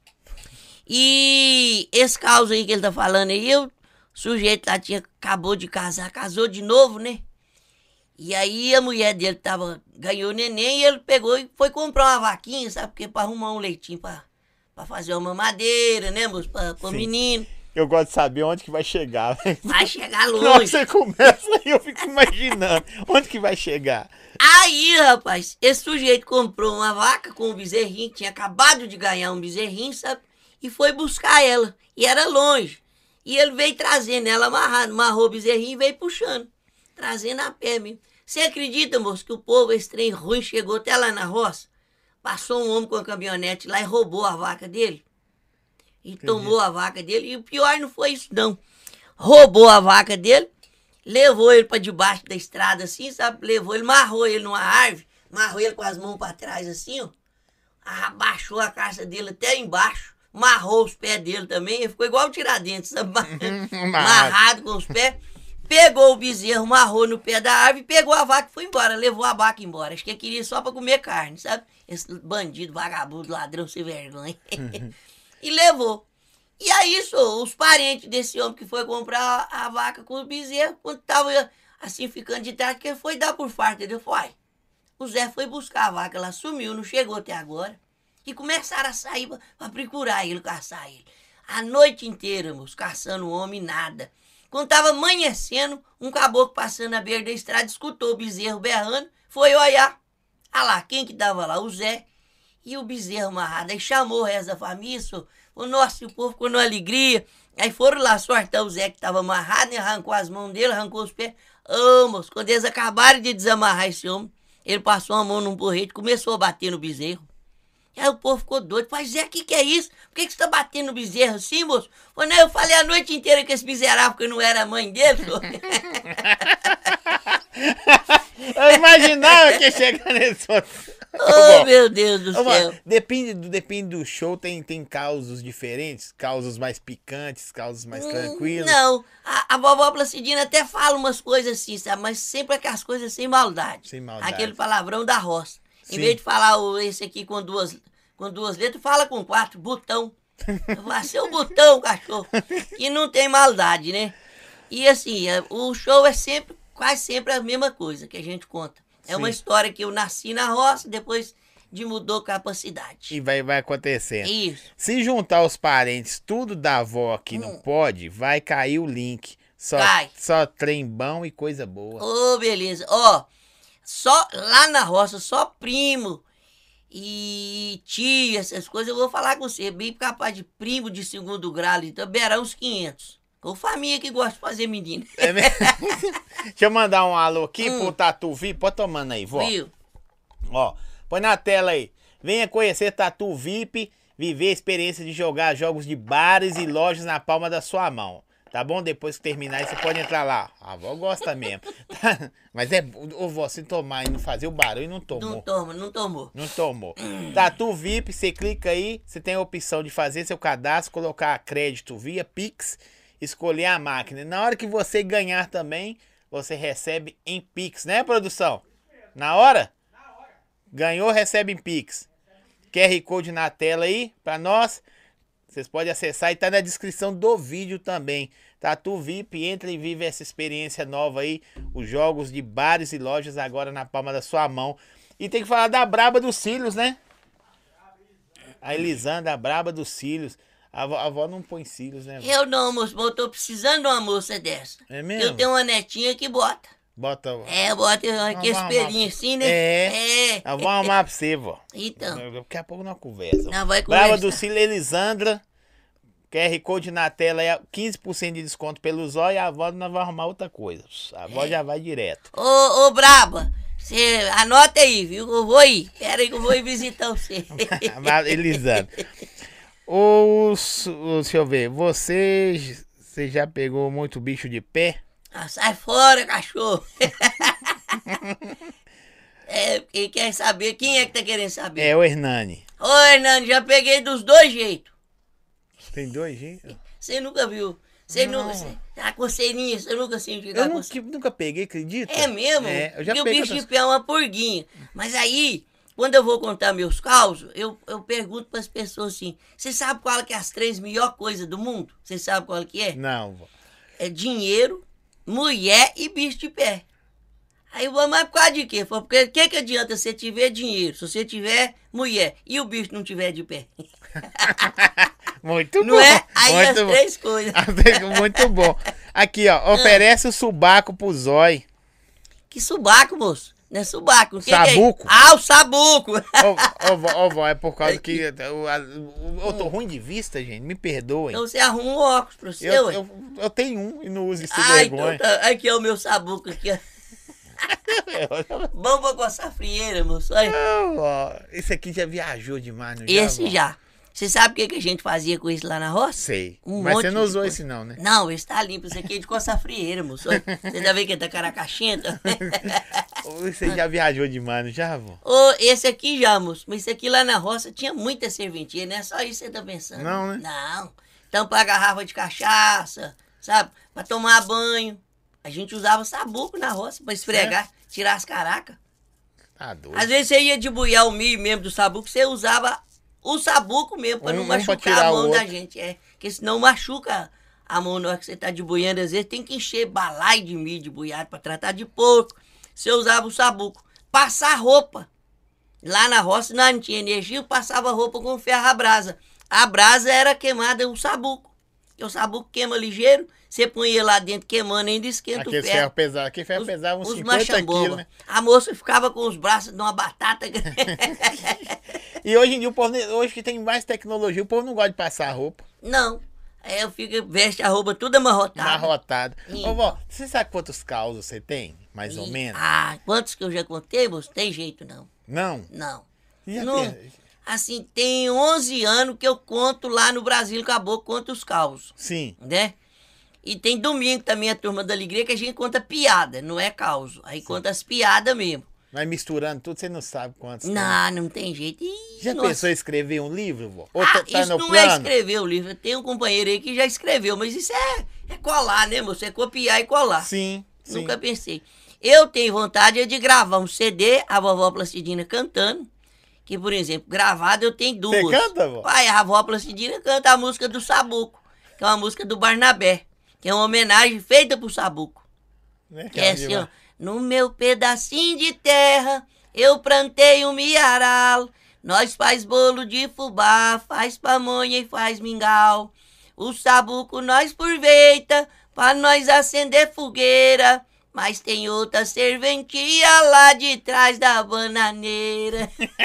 E esse caso aí que ele tá falando aí, o sujeito lá tinha, acabou de casar, casou de novo, né? E aí a mulher dele tava, ganhou neném e ele pegou e foi comprar uma vaquinha, sabe? Porque pra arrumar um leitinho pra, pra fazer uma mamadeira, né, moço? Pra, pro Sim. menino. Eu gosto de saber onde que vai chegar, velho. Vai chegar Não, longe. você começa e eu fico imaginando. Onde que vai chegar? Aí, rapaz, esse sujeito comprou uma vaca com um bezerrinho, tinha acabado de ganhar um bezerrinho, sabe? E foi buscar ela. E era longe. E ele veio trazendo ela amarrada, amarrou o bezerrinho e veio puxando. Trazendo a pé mesmo. Você acredita, moço, que o povo, esse trem ruim, chegou até lá na roça? Passou um homem com a caminhonete lá e roubou a vaca dele. E tomou a vaca dele. E o pior não foi isso, não. Roubou a vaca dele, levou ele pra debaixo da estrada assim, sabe? Levou ele, amarrou ele numa árvore, amarrou ele com as mãos pra trás assim, ó. Abaixou a caça dele até embaixo, amarrou os pés dele também, ele ficou igual o Tiradentes, sabe? Amarrado com os pés. Pegou o bezerro, amarrou no pé da árvore, pegou a vaca e foi embora, levou a vaca embora. Acho que ele queria só pra comer carne, sabe? Esse bandido, vagabundo, ladrão sem vergonha. E levou. E aí, só, os parentes desse homem que foi comprar a vaca com o bezerro, quando tava assim ficando de trás, que ele foi dar por farta, ele foi. O Zé foi buscar a vaca, ela sumiu, não chegou até agora. E começaram a sair pra, pra procurar ele, caçar ele. A noite inteira, moço, caçando o homem, nada. Quando tava amanhecendo, um caboclo passando na beira da estrada, escutou o bezerro berrando, foi olhar. Ah lá, quem que tava lá? O Zé. E o bezerro amarrado. Aí chamou o resto da família, só. O nosso o povo ficou numa alegria. Aí foram lá sortar o Zé que tava amarrado, né? Arrancou as mãos dele, arrancou os pés. Ô, moço, quando eles acabaram de desamarrar esse homem, ele passou a mão num porrete e começou a bater no bezerro. Aí o povo ficou doido. Falei, Zé, o que, que é isso? Por que, que você tá batendo no bezerro assim, moço? Falei, não, eu falei a noite inteira que esse miserável que eu não era a mãe dele. Eu imaginava que ia chegar nesse outro. Oh, meu Deus do Ô, céu. mano, depende, do, depende do show, tem, tem causos diferentes, causos mais picantes, causos mais tranquilos. Não, a, a vovó Placidina até fala umas coisas assim, sabe? Mas sempre aquelas coisas sem maldade. Sem maldade. Aquele palavrão da roça. Em Sim. vez de falar o, esse aqui com duas, com duas letras, fala com quatro, botão. Vai ser o botão, cachorro. Que não tem maldade, né? E assim, é, o show é sempre, quase sempre a mesma coisa que a gente conta. É uma Sim. história que eu nasci na roça, depois de mudou capacidade. E vai, vai acontecendo. Isso. Se juntar os parentes, tudo da avó que não Hum. pode, vai cair o link. Só, Cai. só trem bom e coisa boa. Ô, beleza. Ó, só lá na roça, só primo e tio, essas coisas, eu vou falar com você. Bem capaz de primo de segundo grau, então beirá uns quinhentos. Com família que gosta de fazer menina. É mesmo? Deixa eu mandar um alô aqui Hum. pro Tatu V I P. Pode tomando aí, vó. Viu? Ó, põe na tela aí. Venha conhecer Tatu V I P, viver a experiência de jogar jogos de bares e lojas na palma da sua mão. Tá bom? Depois que terminar, você pode entrar lá. A avó gosta mesmo. Tá? Mas é, ô vó, se tomar e não fazer o barulho, não tomou. Não toma, não tomou. Não tomou. Tatu V I P, você clica aí, você tem a opção de fazer seu cadastro, colocar crédito via Pix, escolher a máquina. Na hora que você ganhar também, você recebe em Pix, né, produção? Na hora? Ganhou, recebe em Pix. Q R Code na tela aí, pra nós. Vocês podem acessar e tá na descrição do vídeo também. Tatu V I P, entra e vive essa experiência nova aí. Os jogos de bares e lojas agora na palma da sua mão. E tem que falar da Braba dos Cílios, né? A Elisandra, a Braba dos Cílios. A avó, a avó não põe cílios, né? Eu não, moço, mas eu tô precisando de uma moça dessa. É mesmo? Eu tenho uma netinha que bota. Bota. É, bota aquele Vamos espelhinho arrumar. assim, né? É. É. Eu vou arrumar pra você, vó. Então. Daqui a pouco nós conversa. Não, vai Braba conversar. do Cílio, Elisandra. Q R Code na tela é quinze por cento de desconto pelo zóio e a avó não vai arrumar outra coisa. A avó É. já vai direto. Ô, ô, Braba, você anota aí, viu? Eu vou ir. Pera aí que eu vou ir visitar você. Elisandra. Os, os, deixa eu ver. Você, você já pegou muito bicho de pé? Ah, sai fora, cachorro. É, quem quer saber? Quem é que tá querendo saber? É o Hernani. Ô, Hernando, já peguei dos dois jeitos. Tem dois jeitos? Você nunca viu? Você Não. nunca. Cê, a coceirinha, você nunca sentiu Eu a nunca, coceira? nunca peguei, acredita? É mesmo? É, eu já Porque o peguei bicho de outras- pé é uma purguinha. Mas aí, quando eu vou contar meus causos, eu, eu pergunto pras pessoas assim: você sabe qual que é as três melhores coisas do mundo? Você sabe qual que é? Não, vó. É dinheiro, mulher e bicho de pé. Aí eu vou, mas por causa de quê? Falei, porque o que, que adianta você tiver dinheiro, se você tiver mulher e o bicho não tiver de pé? Muito Não bom. é? Aí muito as bom. três coisas. Muito bom. Aqui, ó. Oferece o subaco pro zóio. Que subaco, moço. Não é subaco. O que que é isso? Sabuco. Ah, o sabuco. Ô, ô, vó, ô, vó, é por causa Aqui. que eu, eu, eu tô ruim de vista, gente. Me perdoem. Então você arruma um óculos pra você, Eu, ué. eu, eu tenho um e não uso esse Ah, então vergonha. tá. Aqui é o meu sabuco aqui, ó. Bom pra coçar frieira, moço. Olha. Ô, vó, esse aqui já viajou demais, não já, Esse vó? já. Você sabe o que, que a gente fazia com isso lá na roça? Sei. Um Mas monte você não de usou coisa. esse não, né? Não, esse tá limpo. Esse aqui é de coçar frieira, moço. Olha. Você já vê que ele tá caracachento? Você já viajou demais, não já, vó? Ô, esse aqui já, moço. Mas esse aqui lá na roça tinha muita serventia, não é só isso que você tá pensando. Não, né? Não. Tampar garrafa de cachaça, sabe? Pra tomar banho. A gente usava sabuco na roça pra esfregar, tirar as caracas. Tá doido. Às vezes você ia debuiar o milho mesmo do sabuco, você usava o sabuco mesmo pra Um- não um pra machucar tirar a o mão da outro. gente. É, porque senão machuca a mão na hora que você tá debuiando. Às vezes tem que encher balai de milho debuiado pra tratar de porco. Você usava o sabuco. Passar roupa. Lá na roça não tinha energia, eu passava roupa com ferro à brasa. A brasa era queimada o sabuco. Porque o sabuco queima ligeiro, você põe ele lá dentro queimando, ainda esquenta Aquele o ferro ferro. pesado. Aquele ferro Os- pesava uns os cinquenta machambomba. quilos, né? A moça ficava com os braços de uma batata. E hoje em dia, o povo, hoje que tem mais tecnologia, o povo não gosta de passar roupa. Não. Aí eu fico, veste a roupa toda amarrotada. Amarrotada. Sim. Ô, vó, você sabe quantos causos você tem? Mais ou E- menos? Ah, quantos que eu já contei, moço? Tem jeito não. Não? Não. Já Não. tem- Assim, tem onze anos que eu conto lá no Brasil, acabou, conto os causos, Sim. né? E tem domingo também a Turma da Alegria que a gente conta piada, não é causo. Aí conta as piadas mesmo. Mas misturando tudo, você não sabe quantos tem. Não, não tem jeito. Ih, Já nossa. pensou em escrever um livro, vó? Ou Ah, tá, tá isso no não plano? é escrever o livro. Tem um companheiro aí que já escreveu, mas isso é, é colar, né, moço? É copiar e colar. Sim, sim. Nunca pensei. Eu tenho vontade é de gravar um C D, a vovó Placidina cantando. Que, por exemplo, gravado eu tenho duas. Você canta, vó? Pai, a vovó Placidina canta a música do Sabuco, que é uma música do Barnabé, que é uma homenagem feita pro Sabuco. Né, Que é assim, ó. No meu pedacinho de terra, eu plantei um milharal. Nós faz bolo de fubá, faz pamonha e faz mingau. O sabuco nós aproveita pra nós acender fogueira. Mas tem outra serventia lá de trás da bananeira.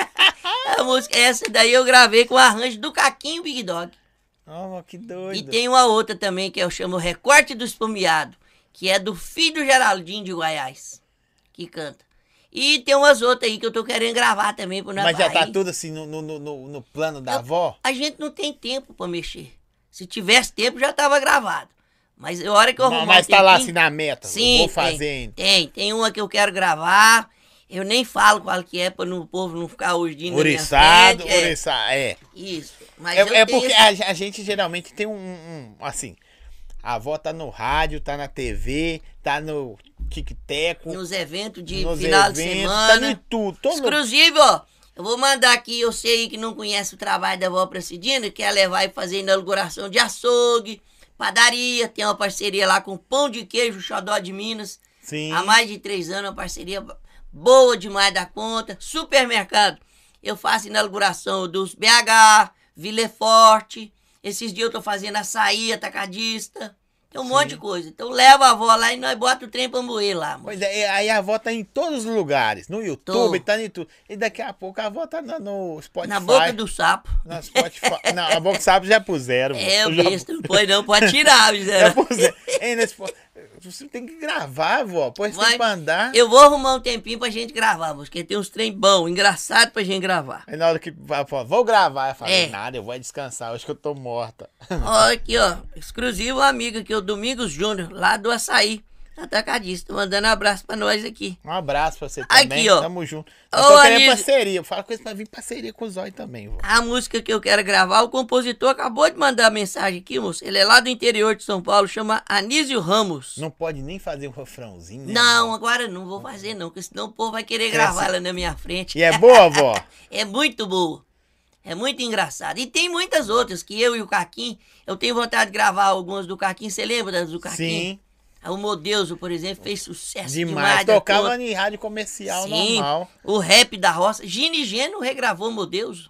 A música, essa daí eu gravei com o arranjo do Caquinho Big Dog. Oh, que doido. E tem uma outra também que eu chamo Recorte do Esfomeado, que é do filho do Geraldinho de Goiás, que canta. E tem umas outras aí que eu tô querendo gravar também pro Mas já tá Bahia. tudo assim no, no, no, no plano da Eu- avó? A gente não tem tempo pra mexer. Se tivesse tempo, já tava gravado. Mas a hora que eu Mas, arrumar mas um tá lá tempinho- assim na meta. Sim, eu vou tem, fazer ainda. tem. Tem uma que eu quero gravar. Eu nem falo qual que é, pra não- o povo não ficar urdindo na minha Oriçado, frente. É, oriçado, é. isso. Mas É, eu é tenho porque esse- a, a gente geralmente tem um, um- assim, a avó tá no rádio, tá na T V, tá no tic-teco, nos eventos de nos final de eventos, semana. tá no tudo. Todo... Exclusivo, ó. Eu vou mandar aqui, eu sei aí que não conhece o trabalho da avó Placidina, quer levar e fazer inauguração de açougue, padaria, tem uma parceria lá com o Pão de Queijo Xodó de Minas. Sim. Há mais de três anos, uma parceria boa demais da conta. Supermercado, eu faço inauguração dos B H, Vila Forte. Esses dias eu tô fazendo açaí, atacadista. Tem um Sim. monte de coisa. Então leva a avó lá e nós bota o trem pra moer lá, moço. Pois é, aí a avó tá em todos os lugares, no YouTube, Tô. tá em tudo. E daqui a pouco a avó tá na- no Spotify. Na boca do sapo. Na Spotify. Não, a boca do sapo já puseram. É, vô. o já, besta, não pode não, pode tirar, já Zé. puseram. Ei, nesse, você tem que gravar, vó. Põe você Vai. tem pra andar. Eu vou arrumar um tempinho pra gente gravar, moço, porque tem uns trem bom, engraçado pra gente gravar. Aí na hora que vai, fala, vou gravar, eu falo, É. nada, eu vou descansar, acho que eu tô morta. Ó, aqui, ó, exclusivo amigo aqui, o Domingos Júnior, lá do Açaí, atacadista, mandando abraço pra nós aqui. Um abraço pra você Aqui, também, ó. tamo junto. Ô, Eu tô querendo Anísio. parceria, fala com eles pra vir parceria com o Zóio também, vô. A música que eu quero gravar, o compositor acabou de mandar mensagem aqui, moço. Ele é lá do interior de São Paulo, chama Anísio Ramos. Não pode nem fazer um refrãozinho, né? Não, vó? agora não vou fazer não, porque senão o povo vai querer Quer gravar ser- ela na minha frente. E é boa, vó? É muito boa. É muito engraçado. E tem muitas outras que eu e o Caquim, eu tenho vontade de gravar algumas do Caquim. Você lembra das do Caquim? Sim, O Modeuso, por exemplo, fez sucesso demais. demais. da Tocava conta. em rádio comercial Sim, normal. o rap da roça. Gino e Geno regravou Modeuso.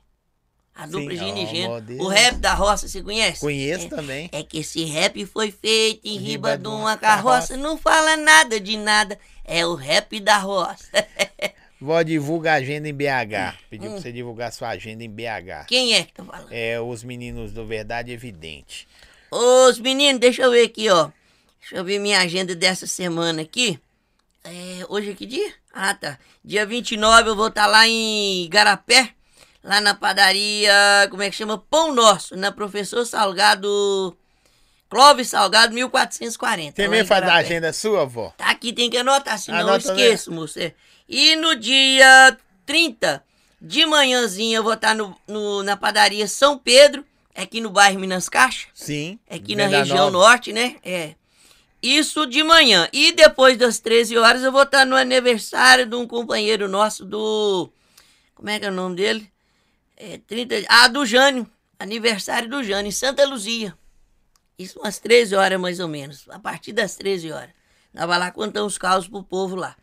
A dupla Sim, Gino e ó, Geno. Modeuso. O rap da roça, você conhece? Conheço É, também. É que esse rap foi feito em Em riba riba de de uma uma carroça. carroça. Não fala nada de nada. É o rap da roça. Vó, divulga a agenda em B H. Pediu Hum. pra você divulgar sua agenda em B H. Quem é que tá falando? É, os meninos do Verdade Evidente. Os meninos, deixa eu ver aqui, ó. Deixa eu ver minha agenda dessa semana aqui. É, hoje é que dia? Ah, tá. Dia vinte e nove eu vou estar lá em Igarapé, lá na padaria, como é que chama? Pão Nosso, na Professor Salgado, Clóvis Salgado, mil quatrocentos e quarenta. Você lá em mesmo faz a Igarapé. agenda sua, vó? Tá aqui, tem que anotar, senão eu Anota, né? esqueço, moço. É. E no dia trinta, de manhãzinha, eu vou estar no, no- na padaria São Pedro, aqui no bairro Minas Caixa. Sim. Aqui na Venda região Nova. norte, né? É. Isso de manhã. E depois das treze horas eu vou estar no aniversário de um companheiro nosso do... Como é que é o nome dele? É trinta... Ah, do Jânio. Aniversário do Jânio, em Santa Luzia. Isso umas treze horas mais ou menos. A partir das treze horas. Nós vai lá contando os carros pro povo lá.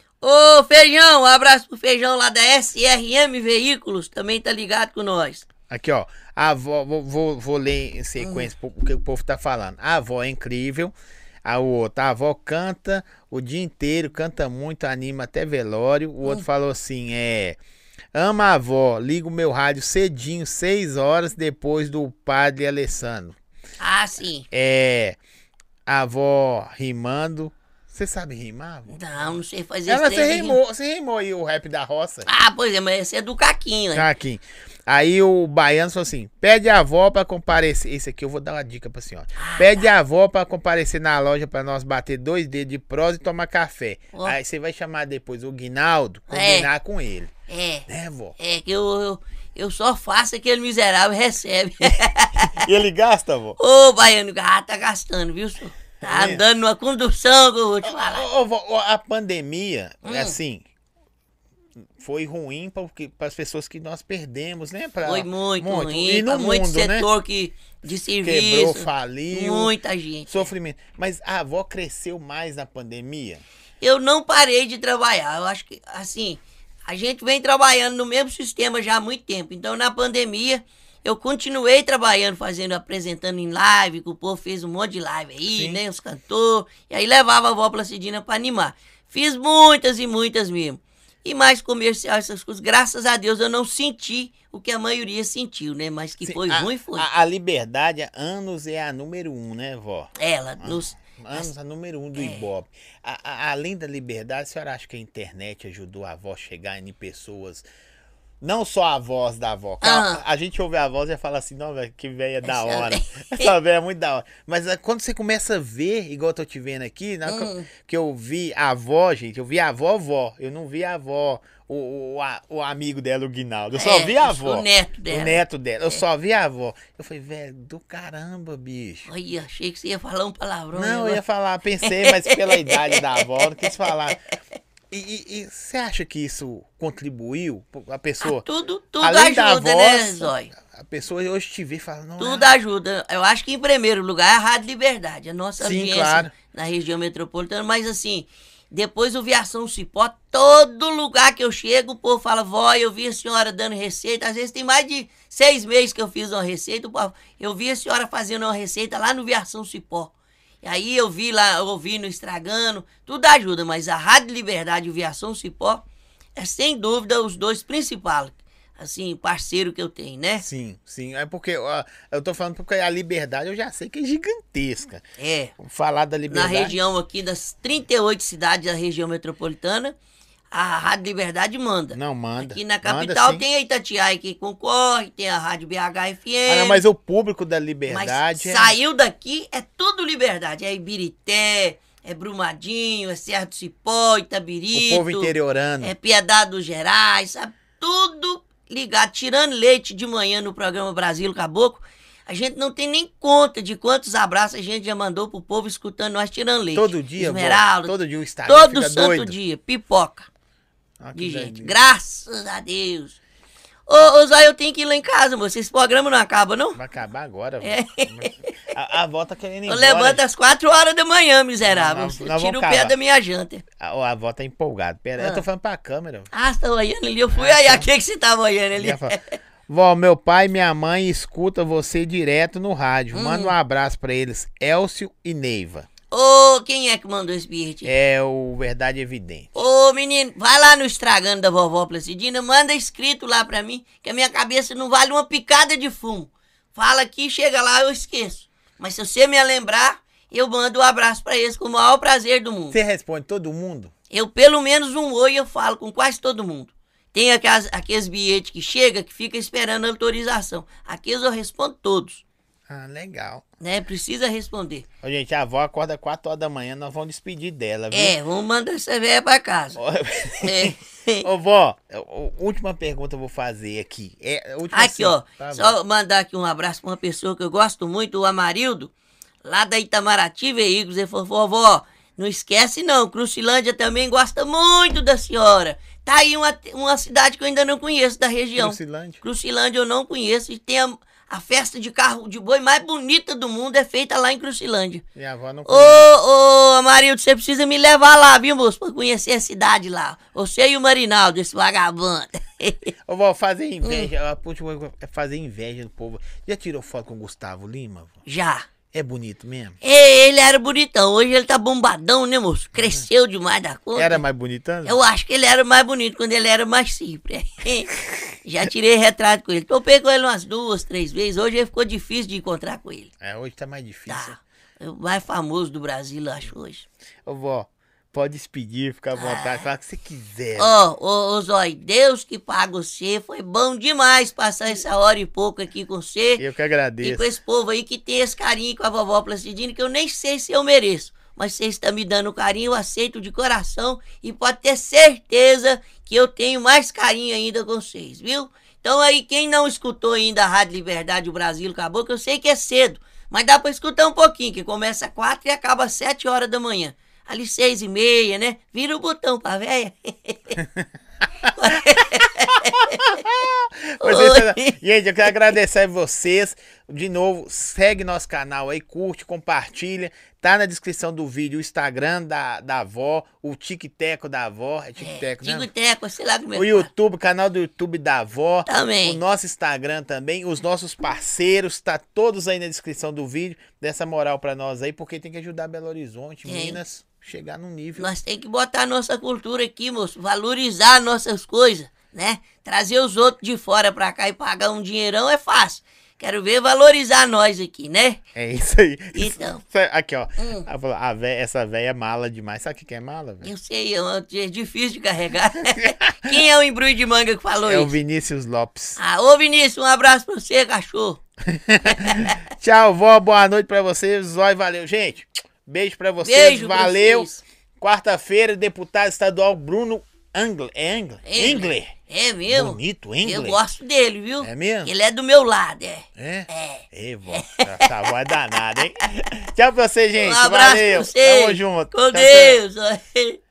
Ô, Feijão, um abraço pro Feijão lá da S R M Veículos. Também tá ligado com nós. Aqui, ó. A avó, vou, vou, vou ler em sequência Hum. o que o povo tá falando. A avó é incrível. A outra, a avó canta o dia inteiro, canta muito, anima até velório. O Hum. outro falou assim, é... Ama a avó, liga o meu rádio cedinho, seis horas depois do padre Alessandro. Ah, sim. É. A avó rimando. Você sabe rimar, avó? Não, não sei fazer Ela, esse você trem de rimou, você rimou aí o rap da roça. Ah, pois é, mas esse é do Caquinho, né? Aqui. Aí o baiano falou assim: pede a avó pra comparecer. Esse aqui eu vou dar uma dica pra senhora. Ah, pede tá. a avó pra comparecer na loja pra nós bater dois dedos de prosa e tomar café. Ó. Aí você vai chamar depois o Guinaldo, combinar com ele. É. Né, vó? É que eu, eu, eu só faço aquele miserável recebe. E ele gasta, vó? Ô, baiano, ah, tá gastando, viu, senhor? Tá É. andando numa condução que eu vou te falar. Ô, ô, vó, ó, a pandemia, Hum. assim, foi ruim para as pessoas que nós perdemos, né? Pra, Foi muito, muito. ruim, E no pra muito mundo, né? setor que, de serviço. Quebrou, faliu. Muita gente. Sofrimento. Mas a avó cresceu mais na pandemia? Eu não parei de trabalhar. Eu acho que, assim, a gente vem trabalhando no mesmo sistema já há muito tempo. Então, na pandemia, eu continuei trabalhando, fazendo, apresentando em live, que o povo fez um monte de live aí, Sim. né? Os cantores. E aí levava a avó Placidina pra animar. Fiz muitas e muitas mesmo. E mais comercial, essas coisas. Graças a Deus eu não senti o que a maioria sentiu, né? Mas que Sim, foi a, ruim, foi. A, a Liberdade, há anos, é a número um, né, vó? Ela, nos. Anos, a número um do É. Ibope. A- a- além da liberdade, a senhora acha que a internet ajudou a avó a chegar em pessoas... Não só a voz da avó. que a- Ah. A, gente ouve a voz e fala assim, não, velho, que velha da Essa hora. véia. Essa velha é muito da hora. Mas ah, quando você começa a ver, igual eu tô te vendo aqui, na hora que eu- Hum. que eu vi a avó, gente, eu vi a avó, avó. Eu não vi a avó, o, o, a- o amigo dela, o Guinaldo. Eu só É, vi a eu sou avó. o neto dela. O neto dela. Eu só vi a avó. Eu falei, velho, do caramba, bicho. Ai, achei que você ia falar um palavrão. Não, eu né? ia falar, pensei, mas pela idade da avó, eu não quis falar. E- E e você acha que isso contribuiu? A pessoa. Ah, tudo, tudo além da ajuda, voz, né, Zóio? A pessoa hoje te vê e fala, não. Tudo é- ajuda. Eu acho que em primeiro lugar é a Rádio Liberdade, a nossa Sim, audiência claro. na região metropolitana, mas assim, depois o Viação Cipó, todo lugar que eu chego, o povo fala, vó, eu vi a senhora dando receita, às vezes tem mais de seis meses que eu fiz uma receita, o povo, eu vi a senhora fazendo uma receita lá no Viação Cipó. E aí eu vi lá, eu ouvi no Estragando, tudo ajuda, mas a Rádio Liberdade e o Viação Cipó é sem dúvida os dois principais, assim, parceiro que eu tenho, né? Sim, sim. É porque ó, eu tô falando porque a liberdade eu já sei que é gigantesca. É. Falar da Na liberdade. região aqui das trinta e oito cidades da região metropolitana, a Rádio Liberdade manda. Não, manda. Aqui na Manda, capital sim. tem a Itatiaia que concorre, tem a Rádio B H F M. Ah, não, mas o público da mas liberdade. é- saiu daqui, é tudo Liberdade. É Ibirité, é Brumadinho, é Serra do Cipó, Itabirito. O povo interiorano. É Piedade dos Gerais, sabe? Tudo ligado. Tirando leite de manhã no programa Brasil Caboclo, a gente não tem nem conta de quantos abraços a gente já mandou pro povo escutando nós tirando leite. Todo dia, vó, Esmeralda, todo dia o Instagram todo fica santo doido. dia, pipoca Ah, que de gente. delícia. Graças a Deus. Ô, ô Zóio, eu tenho que ir lá em casa, moço. Esse programa não acaba, não? Vai acabar agora, vó. É. A, a avó tá querendo ir Eu embora. levanto às quatro horas da manhã, miserável. Nós- Você nós tira o vamos pé acabar. da minha janta. A, a avó tá empolgada. Pera, eu Ah. tô falando pra câmera. Ah, você tá olhando ali? Eu fui aí. O que, que você tava olhando ali? Ela fala, vó, meu pai e minha mãe escuta você direto no rádio. Hum. Manda um abraço pra eles, Elcio e Neiva. Ô, quem é que mandou esse bilhete? É o Verdade Evidente. Ô, menino, vai lá no Estragando da vovó Placidina, manda escrito lá pra mim, que a minha cabeça não vale uma picada de fumo. Fala aqui, chega lá, eu esqueço. Mas se você me lembrar, eu mando um abraço pra eles com o maior prazer do mundo. Você responde todo mundo? Eu, pelo menos um oi, eu falo com quase todo mundo. Tem aquelas, aqueles bilhetes que chega, que fica esperando a autorização. Aqueles eu respondo todos, Ah, legal. né? Precisa responder. Ô, gente, a avó acorda quatro horas da manhã, nós vamos despedir dela, viu? É, vamos mandar essa velha pra casa. Ó, É. Ô, vó, a- a última pergunta eu vou fazer aqui. É, a última Aqui, assim, ó, tá bom. só mandar aqui um abraço pra uma pessoa que eu gosto muito, o Amarildo, lá da Itamaraty Veículos. Ele falou, vovó, não esquece não, Crucilândia também gosta muito da senhora. Tá aí uma, uma cidade que eu ainda não conheço da região. Crucilândia. Crucilândia eu não conheço e tem a, a festa de carro de boi mais bonita do mundo é feita lá em Crucilândia. Minha avó não Ô, conhece. ô, Amarildo, você precisa me levar lá, viu, moço, pra conhecer a cidade lá. Você e o Marinaldo, esse vagabundo. Ô, vó, fazer inveja. A última coisa é fazer inveja do povo. Já tirou foto com o Gustavo Lima, vó? Já. É bonito mesmo? É, ele era bonitão, hoje ele tá bombadão, né, moço? Cresceu demais da conta. Era mais bonitão? Eu acho que ele era mais bonito quando ele era mais simples. Já tirei retrato com ele. Topei com ele umas duas, três vezes. Hoje ele ficou difícil de encontrar com ele. É, hoje tá mais difícil. Tá. É o mais famoso do Brasil, eu acho, hoje. Ô, vó, pode despedir, fica à vontade, Ah. fala o que você quiser. Ó, ô, ô Zói, Deus que paga você. Foi bom demais passar essa hora e pouco aqui com você. Eu que E agradeço. com esse povo aí que tem esse carinho com a vovó Placidina, que eu nem sei se eu mereço. Mas vocês estão me dando carinho, eu aceito de coração. E pode ter certeza que eu tenho mais carinho ainda com vocês, viu? Então aí, quem não escutou ainda a Rádio Liberdade, o Brasil acabou, que eu sei que é cedo. Mas dá pra escutar um pouquinho, que começa às quatro e acaba às sete horas da manhã. Ali seis e meia, né? Vira o botão pra véia. Pois é, gente, eu quero agradecer a vocês. De novo, segue nosso canal aí, curte, compartilha. Tá na descrição do vídeo o Instagram da, da avó, o TikTok da avó. É TikTok, né? Tico-teco, sei lá como é O que fala. YouTube, o canal do YouTube da avó. Também. O nosso Instagram também. Os nossos parceiros, tá todos aí na descrição do vídeo. Dessa moral pra nós aí, porque tem que ajudar Belo Horizonte, Tem. Minas, chegar num nível. Nós temos que botar a nossa cultura aqui, moço. Valorizar nossas coisas, né? Trazer os outros de fora pra cá e pagar um dinheirão é fácil. Quero ver valorizar nós aqui, né? É isso aí. Então. Aqui, ó. Hum. Ela falou, a véia, essa véia é mala demais. Sabe o que que é mala, velho? Eu sei, é uma- é difícil de carregar. Quem é o embrulho de manga que falou É o isso? Vinícius Lopes. Ah, ô Vinícius, um abraço pra você, cachorro. Tchau, vó. Boa noite pra vocês. Zói, valeu. Gente, beijo pra vocês. Beijo pra valeu. vocês. Quarta-feira, deputado estadual Bruno Angler. É Angler? Engler. Engler. É mesmo? Bonito, Eu Engler. gosto dele, viu? É mesmo? Ele é do meu lado, é. É? É. Ei, vó. Essa voz é danada, hein? Tchau pra você, gente. Um abraço valeu. pra você. Tamo junto. Com Tchau, tchau. Deus.